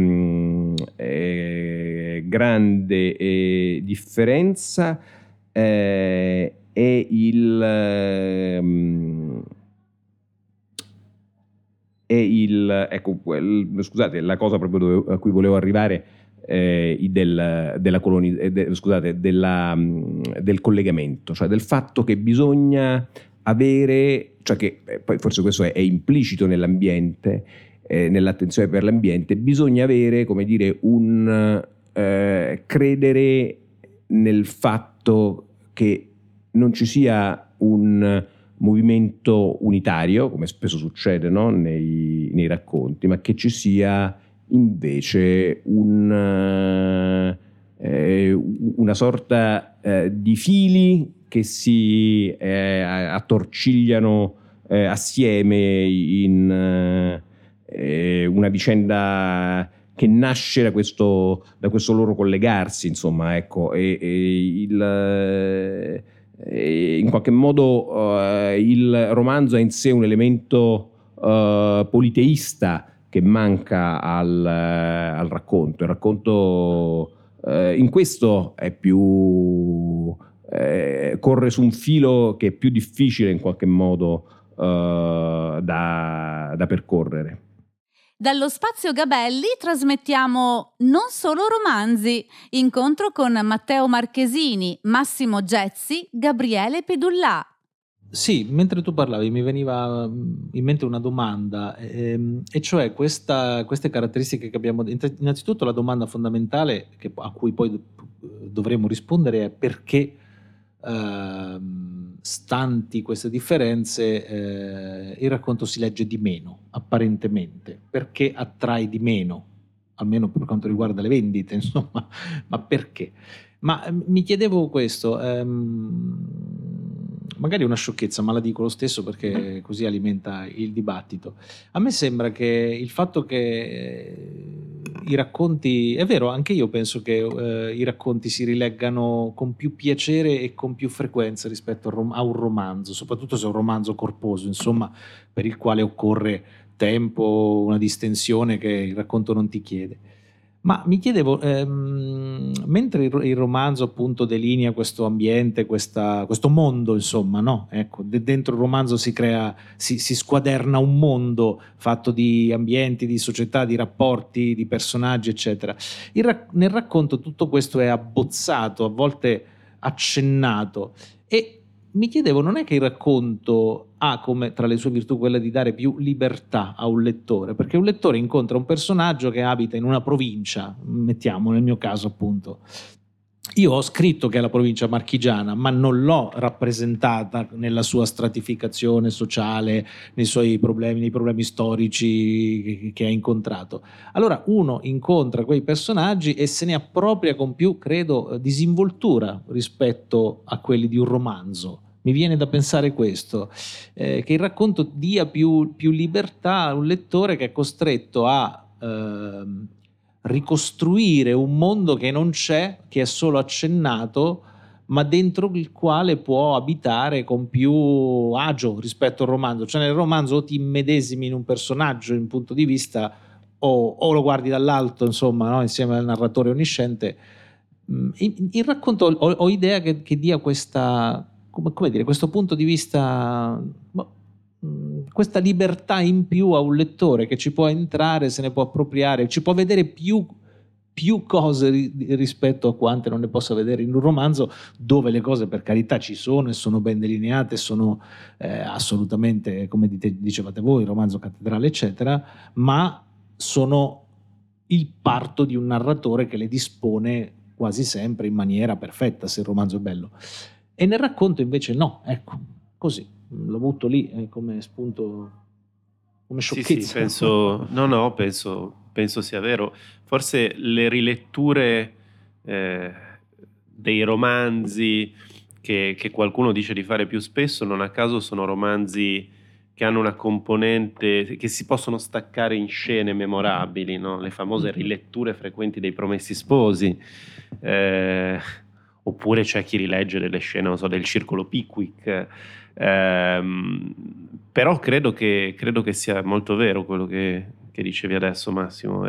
grande differenza è ecco, scusate, la cosa proprio a cui volevo arrivare, del collegamento, cioè del fatto che bisogna avere, cioè che poi forse questo è implicito nell'ambiente, nell'attenzione per l'ambiente, bisogna avere, come dire, credere nel fatto che non ci sia un movimento unitario, come spesso succede, no? nei racconti, ma che ci sia invece una sorta di fili che si attorcigliano assieme in una vicenda che nasce da questo loro collegarsi, insomma, ecco, in qualche modo il romanzo ha in sé un elemento politeista che manca al racconto. Il racconto in questo è più corre su un filo che è più difficile in qualche modo da percorrere. Dallo Spazio Gabelli trasmettiamo Non solo romanzi, incontro con Matteo Marchesini, Massimo Gezzi, Gabriele Pedullà. Sì, mentre tu parlavi mi veniva in mente una domanda, e cioè queste caratteristiche che abbiamo. Innanzitutto la domanda fondamentale a cui poi dovremo rispondere è perché, stanti queste differenze, il racconto si legge di meno, apparentemente, perché attrae di meno, almeno per quanto riguarda le vendite, insomma, ma perché? Ma mi chiedevo questo, magari è una sciocchezza, ma la dico lo stesso perché così alimenta il dibattito. A me sembra che il fatto che i racconti, è vero, anche io penso che i racconti si rileggano con più piacere e con più frequenza rispetto a un romanzo, soprattutto se è un romanzo corposo, insomma, per il quale occorre tempo, una distensione che il racconto non ti chiede. Ma mi chiedevo, mentre il romanzo appunto delinea questo ambiente, questo mondo, insomma, no? Ecco, dentro il romanzo si crea, si squaderna un mondo fatto di ambienti, di società, di rapporti, di personaggi, eccetera. Nel racconto tutto questo è abbozzato, a volte accennato, e mi chiedevo, non è che il racconto ha come tra le sue virtù quella di dare più libertà a un lettore, perché un lettore incontra un personaggio che abita in una provincia, mettiamo nel mio caso appunto. Io ho scritto che è la provincia marchigiana, ma non l'ho rappresentata nella sua stratificazione sociale, nei problemi storici che ha incontrato. Allora uno incontra quei personaggi e se ne appropria con più, credo, disinvoltura rispetto a quelli di un romanzo. Mi viene da pensare questo, che il racconto dia più libertà a un lettore che è costretto a ricostruire un mondo che non c'è, che è solo accennato, ma dentro il quale può abitare con più agio rispetto al romanzo. Cioè nel romanzo o ti immedesimi in un personaggio, in un punto di vista, o lo guardi dall'alto, insomma, no? Insieme al narratore onnisciente. Il racconto ho idea che dia questa, come dire, questo punto di vista, questa libertà in più a un lettore che ci può entrare, se ne può appropriare, ci può vedere più cose rispetto a quante non ne possa vedere in un romanzo, dove le cose per carità ci sono e sono ben delineate, sono assolutamente, come dicevate voi, romanzo cattedrale eccetera, ma sono il parto di un narratore che le dispone quasi sempre in maniera perfetta, se il romanzo è bello. E nel racconto invece no, ecco, così, lo butto lì come spunto, come sciocchezza. Sì, penso sia vero. Forse le riletture dei romanzi che qualcuno dice di fare più spesso, non a caso sono romanzi che hanno una componente, che si possono staccare in scene memorabili, no? Le famose riletture frequenti dei Promessi Sposi, oppure c'è chi rilegge delle scene, non so, del Circolo Pickwick, però credo che sia molto vero quello che dicevi adesso, Massimo.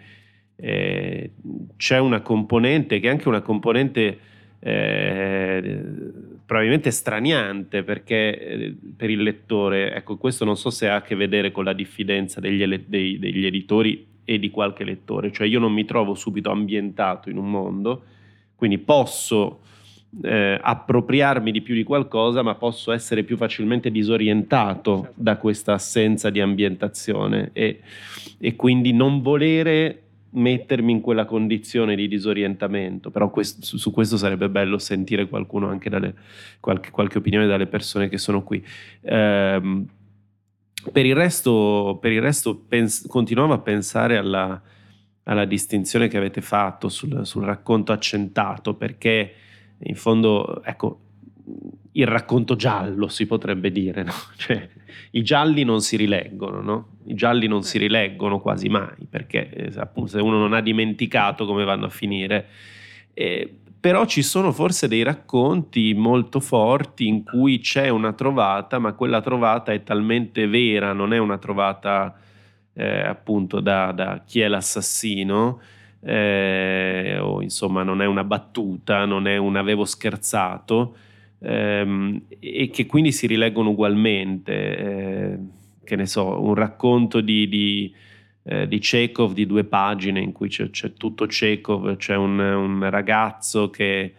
C'è una componente che è anche una componente probabilmente straniante perché per il lettore, ecco, questo non so se ha a che vedere con la diffidenza degli editori e di qualche lettore, cioè io non mi trovo subito ambientato in un mondo, quindi posso appropriarmi di più di qualcosa, ma posso essere più facilmente disorientato da questa assenza di ambientazione e quindi non volere mettermi in quella condizione di disorientamento. Però su questo sarebbe bello sentire qualcuno, anche qualche opinione dalle persone che sono qui. Per il resto continuavo a pensare alla distinzione che avete fatto sul racconto accentato, perché in fondo, ecco, il racconto giallo si potrebbe dire, no? Cioè, i gialli non si rileggono, no? I gialli non si rileggono quasi mai, perché appunto se uno non ha dimenticato come vanno a finire. Però ci sono forse dei racconti molto forti in cui c'è una trovata, ma quella trovata è talmente vera, non è una trovata appunto da chi è l'assassino, o insomma non è una battuta, non è un avevo scherzato, e che quindi si rileggono ugualmente. Che ne so, un racconto di Chekhov di 2 pagine in cui c'è tutto Chekhov, c'è un ragazzo che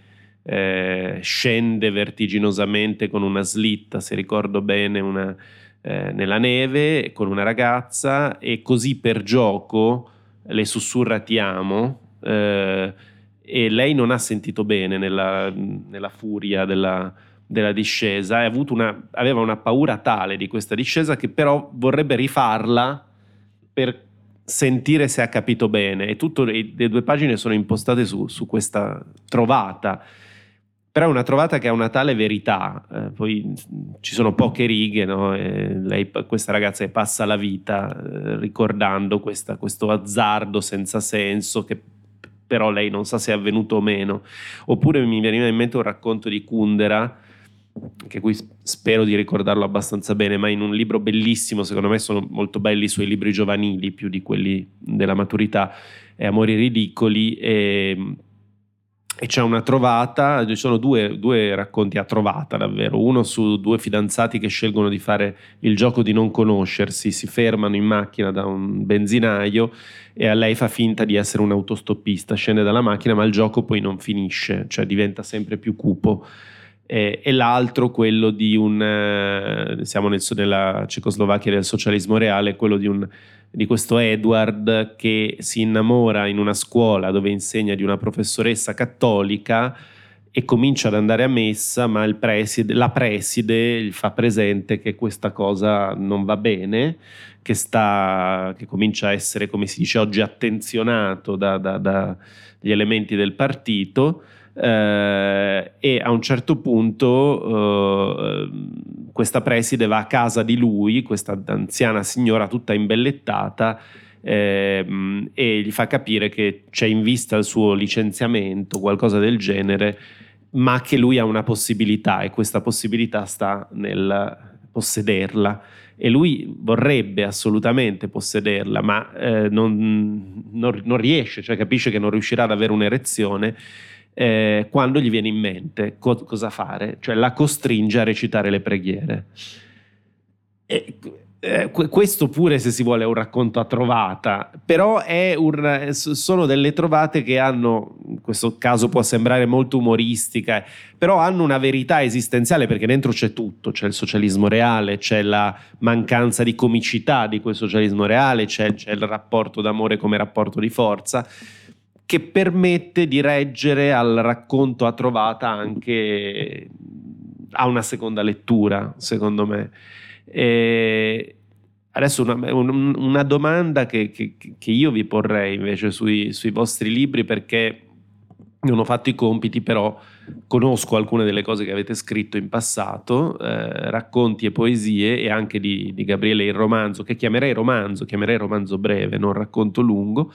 scende vertiginosamente con una slitta, se ricordo bene, nella neve con una ragazza, e così per gioco le sussurra ti amo, e lei non ha sentito bene nella furia della discesa, e aveva una paura tale di questa discesa che però vorrebbe rifarla per sentire se ha capito bene, e tutte le 2 pagine sono impostate su questa trovata. Però è una trovata che ha una tale verità, poi ci sono poche righe, no? Questa ragazza passa la vita ricordando questo azzardo senza senso che però lei non sa se è avvenuto o meno. Oppure mi veniva in mente un racconto di Kundera, che qui spero di ricordarlo abbastanza bene, ma in un libro bellissimo, secondo me sono molto belli i suoi libri giovanili più di quelli della maturità, è Amori ridicoli, e c'è una trovata, ci sono due racconti a trovata davvero, uno su 2 fidanzati che scelgono di fare il gioco di non conoscersi, si fermano in macchina da un benzinaio e a lei fa finta di essere un autostoppista, scende dalla macchina, ma il gioco poi non finisce, cioè diventa sempre più cupo. E l'altro, quello di siamo nella Cecoslovacchia del socialismo reale, quello di questo Edward che si innamora in una scuola dove insegna di una professoressa cattolica e comincia ad andare a messa, ma la preside gli fa presente che questa cosa non va bene, che comincia a essere, come si dice oggi, attenzionato dagli elementi del partito. E a un certo punto questa preside va a casa di lui, questa anziana signora tutta imbellettata, e gli fa capire che c'è in vista il suo licenziamento, qualcosa del genere, ma che lui ha una possibilità, e questa possibilità sta nel possederla, e lui vorrebbe assolutamente possederla, ma non riesce, cioè capisce che non riuscirà ad avere un'erezione. Quando gli viene in mente cosa fare, cioè la costringe a recitare le preghiere. Questo pure, se si vuole, è un racconto a trovata, però sono delle trovate che hanno, in questo caso può sembrare molto umoristica, però hanno una verità esistenziale, perché dentro c'è tutto, c'è il socialismo reale, c'è la mancanza di comicità di quel socialismo reale, c'è il rapporto d'amore come rapporto di forza, che permette di reggere al racconto a trovata anche a una seconda lettura, secondo me. Adesso una domanda che io vi porrei invece sui vostri libri, perché non ho fatto i compiti, però conosco alcune delle cose che avete scritto in passato, racconti e poesie, e anche di Gabriele il romanzo, che chiamerei romanzo breve, non racconto lungo.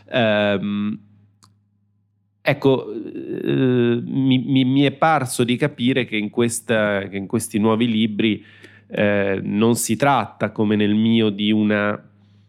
Ecco, mi è parso di capire che in questi nuovi libri non si tratta, come nel mio, di una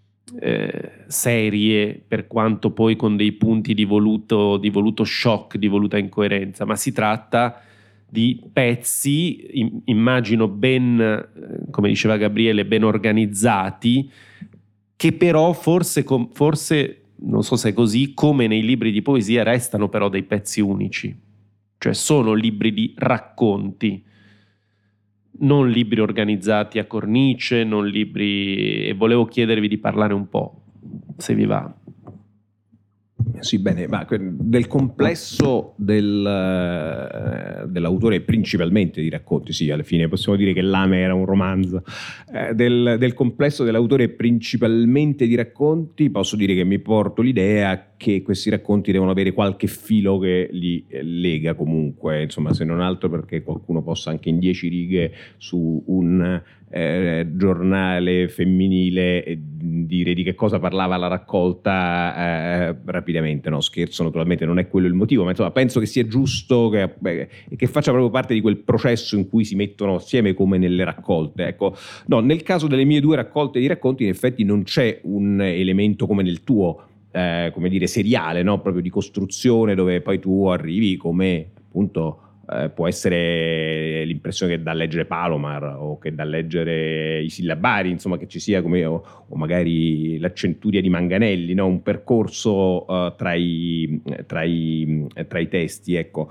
serie, per quanto poi con dei punti di voluto shock, di voluta incoerenza, ma si tratta di pezzi, immagino ben, come diceva Gabriele, ben organizzati, che però forse non so se è così, come nei libri di poesia restano però dei pezzi unici, cioè sono libri di racconti, non libri organizzati a cornice, non libri, e volevo chiedervi di parlare un po', se vi va. Sì, bene, ma del complesso dell'autore, principalmente di racconti, sì, alla fine possiamo dire che Lame era un romanzo, del complesso dell'autore principalmente di racconti, posso dire che mi porto l'idea che questi racconti devono avere qualche filo che li lega comunque, insomma, se non altro perché qualcuno possa anche in 10 righe su un giornale femminile dire di che cosa parlava la raccolta rapidamente. No, scherzo, naturalmente non è quello il motivo, ma insomma penso che sia giusto che faccia proprio parte di quel processo in cui si mettono assieme come nelle raccolte. Ecco, no, nel caso delle mie 2 raccolte di racconti in effetti non c'è un elemento come nel tuo come dire, seriale, no? Proprio di costruzione, dove poi tu arrivi come appunto può essere l'impressione che da leggere Palomar o che da leggere i sillabari, insomma, che ci sia come o magari l'Accenturia di Manganelli, no? Un percorso tra i testi, ecco.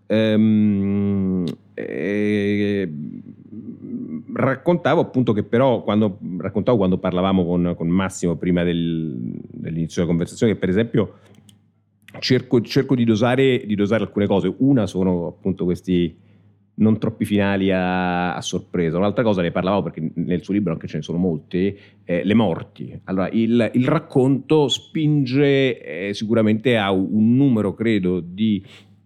Raccontavo appunto che però quando parlavamo con Massimo prima dell'inizio della conversazione, che per esempio cerco di dosare alcune cose. Una sono appunto questi non troppi finali a sorpresa. Un'altra cosa, ne parlavo perché nel suo libro anche ce ne sono molti, le morti. Allora il racconto spinge sicuramente a un numero, credo, di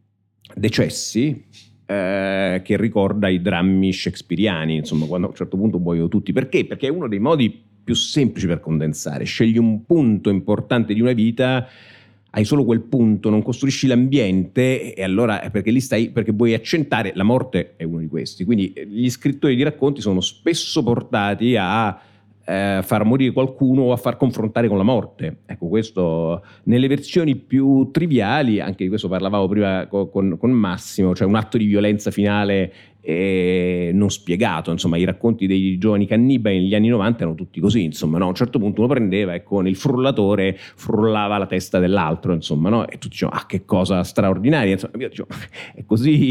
decessi che ricorda i drammi shakespeariani, insomma, quando a un certo punto muoiono tutti. Perché? Perché è uno dei modi più semplici per condensare. Scegli un punto importante di una vita, hai solo quel punto, non costruisci l'ambiente, e allora perché lì stai, perché vuoi accentare la morte, è uno di questi. Quindi gli scrittori di racconti sono spesso portati a far morire qualcuno o a far confrontare con la morte. Ecco, questo nelle versioni più triviali, anche di questo parlavamo prima con Massimo, cioè un atto di violenza finale non spiegato. Insomma, i racconti dei giovani cannibali negli anni 90 erano tutti così, insomma, no? A un certo punto uno prendeva e con il frullatore frullava la testa dell'altro, insomma, no? E tutti dicevano, che cosa straordinaria, insomma. Io dicevo, è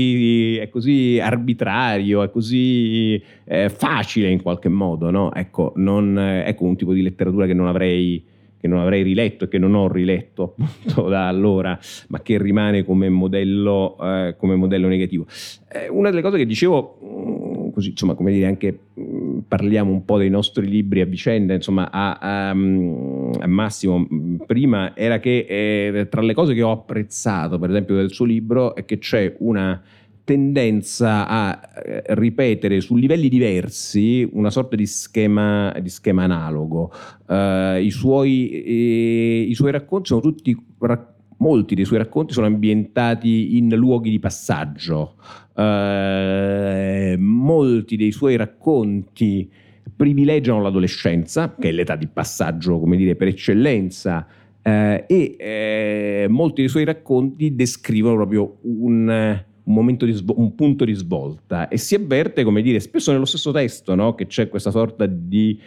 così arbitrario, è così facile in qualche modo, no? Ecco, ecco un tipo di letteratura che non avrei riletto e che non ho riletto appunto da allora, ma che rimane come modello negativo. Una delle cose che dicevo, così, insomma, come dire, anche parliamo un po' dei nostri libri a vicenda, insomma, a Massimo prima, era che tra le cose che ho apprezzato, per esempio, del suo libro, è che c'è una tendenza a ripetere su livelli diversi una sorta di schema analogo. I suoi racconti sono tutti, molti dei suoi racconti sono ambientati in luoghi di passaggio. Molti dei suoi racconti privilegiano l'adolescenza, che è l'età di passaggio, come dire, per eccellenza, e molti dei suoi racconti descrivono proprio un punto di svolta, e si avverte, come dire, spesso nello stesso testo, no? Che c'è questa sorta di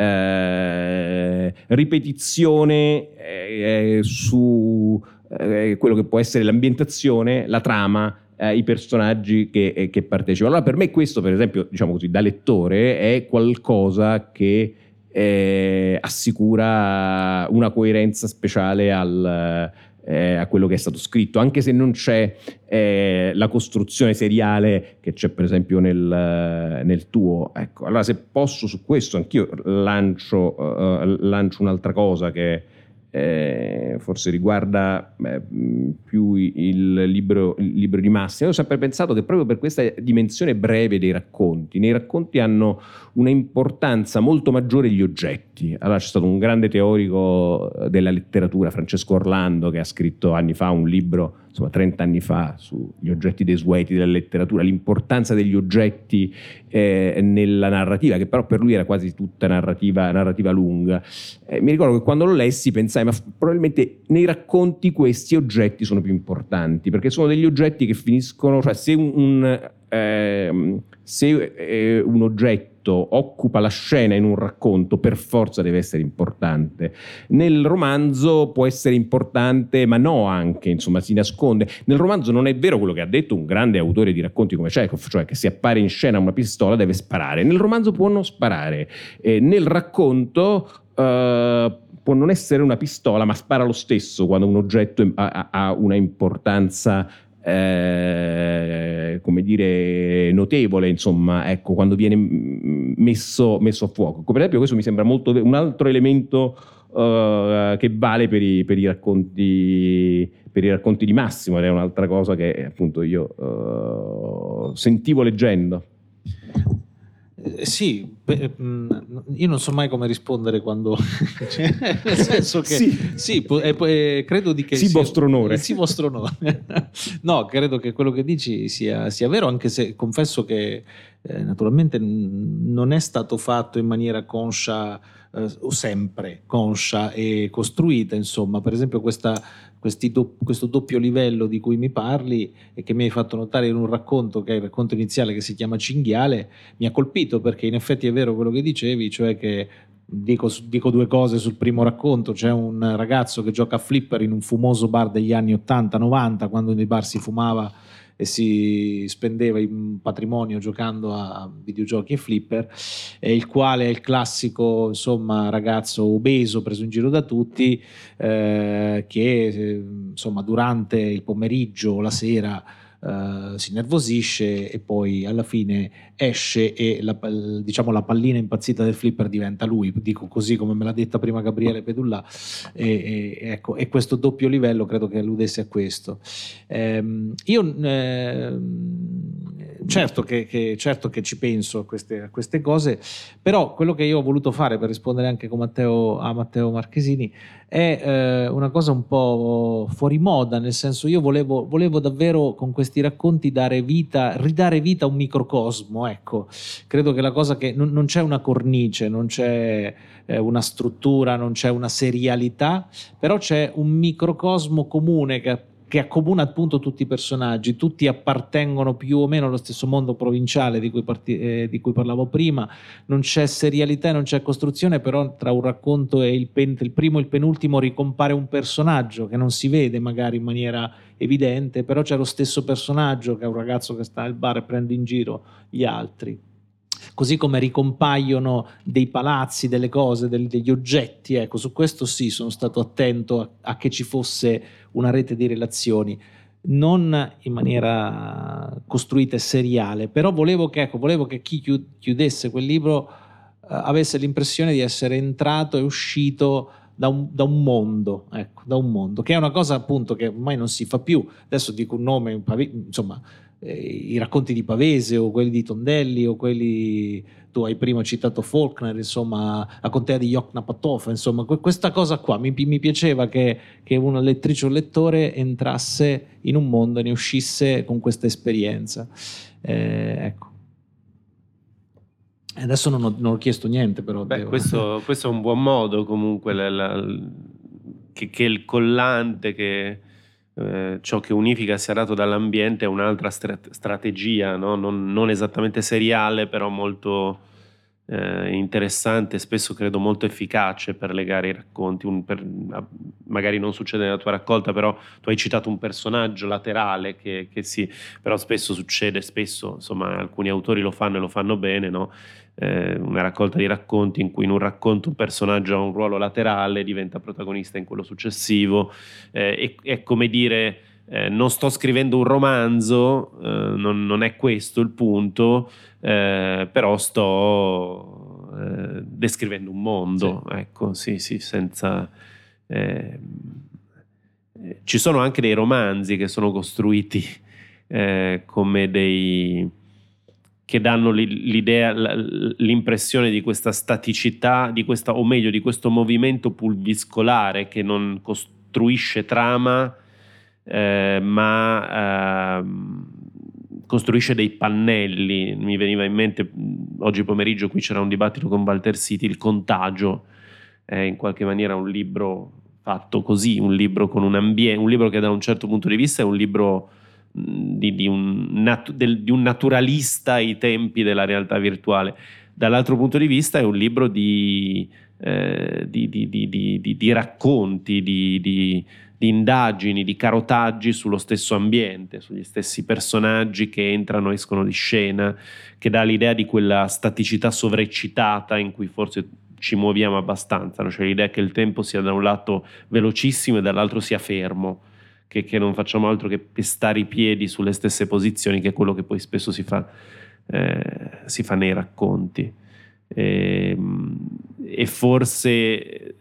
ripetizione su quello che può essere l'ambientazione, la trama, i personaggi che partecipano. Allora, per me questo, per esempio, diciamo così, da lettore, è qualcosa che assicura una coerenza speciale a quello che è stato scritto, anche se non c'è la costruzione seriale che c'è per esempio nel tuo. Ecco, allora, se posso, su questo anch'io lancio un'altra cosa che forse riguarda più il libro di Massimo. Io ho sempre pensato che proprio per questa dimensione breve dei racconti, nei racconti hanno una importanza molto maggiore gli oggetti. Allora, c'è stato un grande teorico della letteratura, Francesco Orlando, che ha scritto anni fa un libro, insomma 30 anni fa, sugli oggetti desueti della letteratura, l'importanza degli oggetti nella narrativa, che però per lui era quasi tutta narrativa lunga. Mi ricordo che quando lo lessi pensai, ma probabilmente nei racconti questi oggetti sono più importanti, perché sono degli oggetti che finiscono, cioè se un oggetto occupa la scena in un racconto, per forza deve essere importante. Nel romanzo può essere importante, ma no, anche, insomma, si nasconde. Nel romanzo non è vero quello che ha detto un grande autore di racconti come Chekhov, cioè che se appare in scena una pistola deve sparare. Nel romanzo può non sparare, nel racconto può non essere una pistola, ma spara lo stesso quando un oggetto ha una importanza come dire notevole, insomma, ecco, quando viene messo a fuoco. Per esempio, questo mi sembra molto un altro elemento che vale per i racconti di Massimo, ed è un'altra cosa che appunto io sentivo leggendo. Sì, io non so mai come rispondere quando cioè, nel senso che sì, credo di che sì, vostro onore. Sì, vostro onore. No, credo che quello che dici sia vero, anche se confesso che naturalmente non è stato fatto in maniera conscia sempre conscia e costruita, insomma. Per esempio questo doppio livello di cui mi parli e che mi hai fatto notare in un racconto, che è il racconto iniziale, che si chiama Cinghiale, mi ha colpito, perché in effetti è vero quello che dicevi, cioè che dico due cose sul primo racconto. C'è un ragazzo che gioca a flipper in un fumoso bar degli anni 80-90, quando nei bar si fumava e si spendeva un patrimonio giocando a videogiochi e flipper, il quale è il classico, insomma, ragazzo obeso preso in giro da tutti, che insomma durante il pomeriggio o la sera si nervosisce e poi alla fine esce e la pallina impazzita del flipper diventa lui, dico così come me l'ha detta prima Gabriele Pedullà, ecco, e questo doppio livello credo che alludesse a questo. Certo che ci penso a queste cose, però quello che io ho voluto fare, per rispondere anche a Matteo Marchesini, è una cosa un po' fuori moda, nel senso, io volevo davvero con questi racconti ridare vita a un microcosmo, ecco. Credo che la cosa che non c'è una cornice, non c'è una struttura, non c'è una serialità, però c'è un microcosmo comune che accomuna appunto tutti i personaggi. Tutti appartengono più o meno allo stesso mondo provinciale di cui parlavo prima. Non c'è serialità, non c'è costruzione, però tra un racconto e il primo e il penultimo ricompare un personaggio che non si vede magari in maniera evidente, però c'è lo stesso personaggio, che è un ragazzo che sta al bar e prende in giro gli altri. Così come ricompaiono dei palazzi, delle cose, degli oggetti. Ecco, su questo sì, sono stato attento a che ci fosse una rete di relazioni, non in maniera costruita e seriale, però volevo che chi chiudesse quel libro avesse l'impressione di essere entrato e uscito da un mondo, ecco, da un mondo, che è una cosa appunto che ormai non si fa più. Adesso dico un nome, insomma, i racconti di Pavese o quelli di Tondelli o quelli, tu hai prima citato Faulkner, insomma, la contea di Yoknapatawpha, insomma, questa cosa qua mi piaceva che una lettrice o un lettore entrasse in un mondo e ne uscisse con questa esperienza, ecco. Adesso non ho chiesto niente, però questo è un buon modo comunque, che il collante, che ciò che unifica sia dato dall'ambiente, è un'altra strategia, no? Non esattamente seriale, però molto interessante, spesso credo molto efficace per legare i racconti. Magari non succede nella tua raccolta, però tu hai citato un personaggio laterale che sì, però spesso succede, insomma, alcuni autori lo fanno e lo fanno bene, no? Una raccolta di racconti in cui in un racconto un personaggio ha un ruolo laterale, diventa protagonista in quello successivo, è come dire, non sto scrivendo un romanzo, non è questo il punto, però sto descrivendo un mondo, sì. Ecco, sì, senza ci sono anche dei romanzi che sono costruiti come che danno l'idea, l'impressione di questa staticità, di questo movimento pulviscolare che non costruisce trama, ma costruisce dei pannelli. Mi veniva in mente oggi pomeriggio, qui c'era un dibattito con Walter City, Il contagio è in qualche maniera un libro fatto così, un libro con un ambiente, un libro che da un certo punto di vista è un libro di un naturalista ai tempi della realtà virtuale, dall'altro punto di vista è un libro di racconti, di indagini, di carotaggi sullo stesso ambiente, sugli stessi personaggi che entrano e escono di scena, che dà l'idea di quella staticità sovraeccitata in cui forse ci muoviamo abbastanza, no? Cioè l'idea che il tempo sia da un lato velocissimo e dall'altro sia fermo, che non facciamo altro che pestare i piedi sulle stesse posizioni, che è quello che poi spesso si fa nei racconti. E forse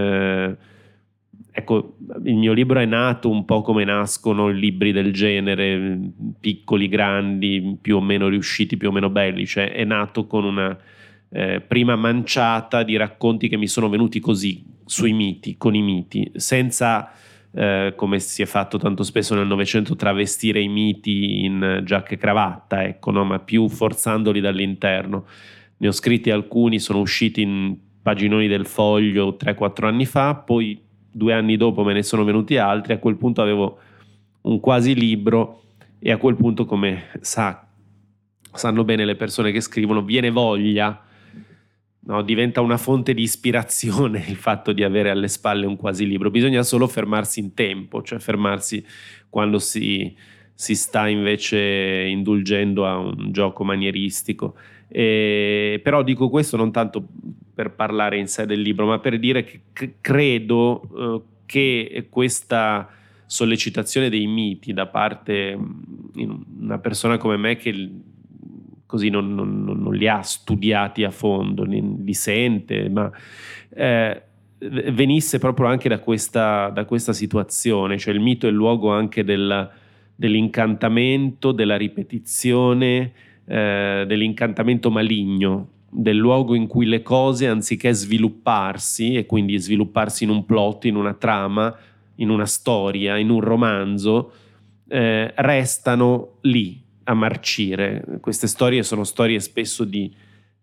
ecco, il mio libro è nato un po' come nascono i libri del genere, piccoli, grandi, più o meno riusciti, più o meno belli, cioè è nato con una prima manciata di racconti che mi sono venuti così, sui miti, con i miti, senza come si è fatto tanto spesso nel Novecento, travestire i miti in giacca e cravatta, ecco, no? Ma più forzandoli dall'interno. Ne ho scritti alcuni, sono usciti in paginoni del Foglio 3-4 anni fa, poi 2 anni dopo me ne sono venuti altri, a quel punto avevo un quasi libro e a quel punto, come sanno bene le persone che scrivono, viene voglia, no? Diventa una fonte di ispirazione il fatto di avere alle spalle un quasi libro. Bisogna solo fermarsi in tempo, cioè fermarsi quando si sta invece indulgendo a un gioco manieristico. Però dico questo non tanto per parlare in sé del libro, ma per dire che credo che questa sollecitazione dei miti da parte di una persona come me che così non li ha studiati a fondo, li sente, ma venisse proprio anche da questa situazione, cioè il mito è il luogo anche dell'incantamento, della ripetizione, dell'incantamento maligno, del luogo in cui le cose, anziché svilupparsi e quindi svilupparsi in un plot, in una trama, in una storia, in un romanzo, restano lì a marcire. Queste storie sono storie spesso di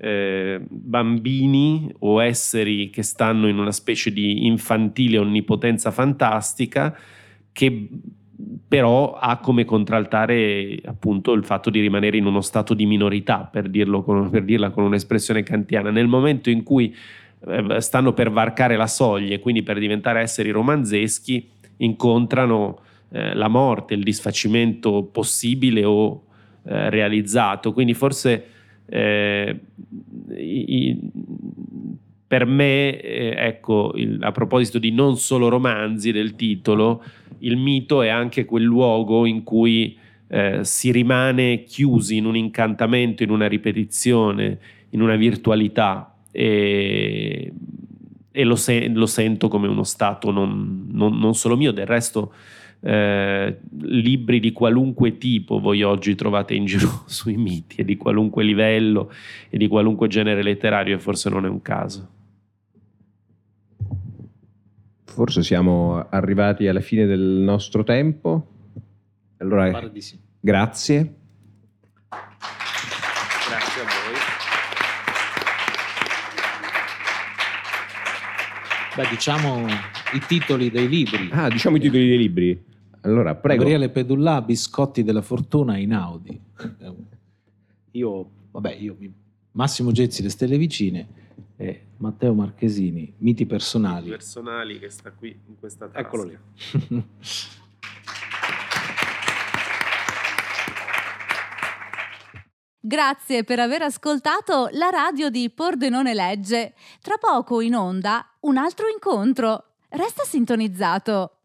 bambini o esseri che stanno in una specie di infantile onnipotenza fantastica, che però ha come contraltare appunto il fatto di rimanere in uno stato di minorità, per dirla con un'espressione kantiana. Nel momento in cui stanno per varcare la soglia e quindi per diventare esseri romanzeschi, incontrano la morte, il disfacimento possibile o realizzato. Quindi forse per me, ecco, a proposito di non solo romanzi del titolo, il mito è anche quel luogo in cui si rimane chiusi in un incantamento, in una ripetizione, in una virtualità, e lo sento come uno stato non solo mio. Del resto libri di qualunque tipo voi oggi trovate in giro sui miti, e di qualunque livello e di qualunque genere letterario, e forse non è un caso. Forse siamo arrivati alla fine del nostro tempo. Allora, Pare di sì. Grazie. Grazie a voi. Beh, diciamo i titoli dei libri. Diciamo i titoli dei libri. Allora, prego. Gabriele Pedullà, Biscotti della Fortuna, Einaudi. Massimo Gezzi, Le Stelle Vicine, e Matteo Marchesini, Miti personali. Personali, che sta qui in questa tasca. Eccolo lì. Grazie per aver ascoltato la radio di Pordenone Legge. Tra poco in onda un altro incontro. Resta sintonizzato.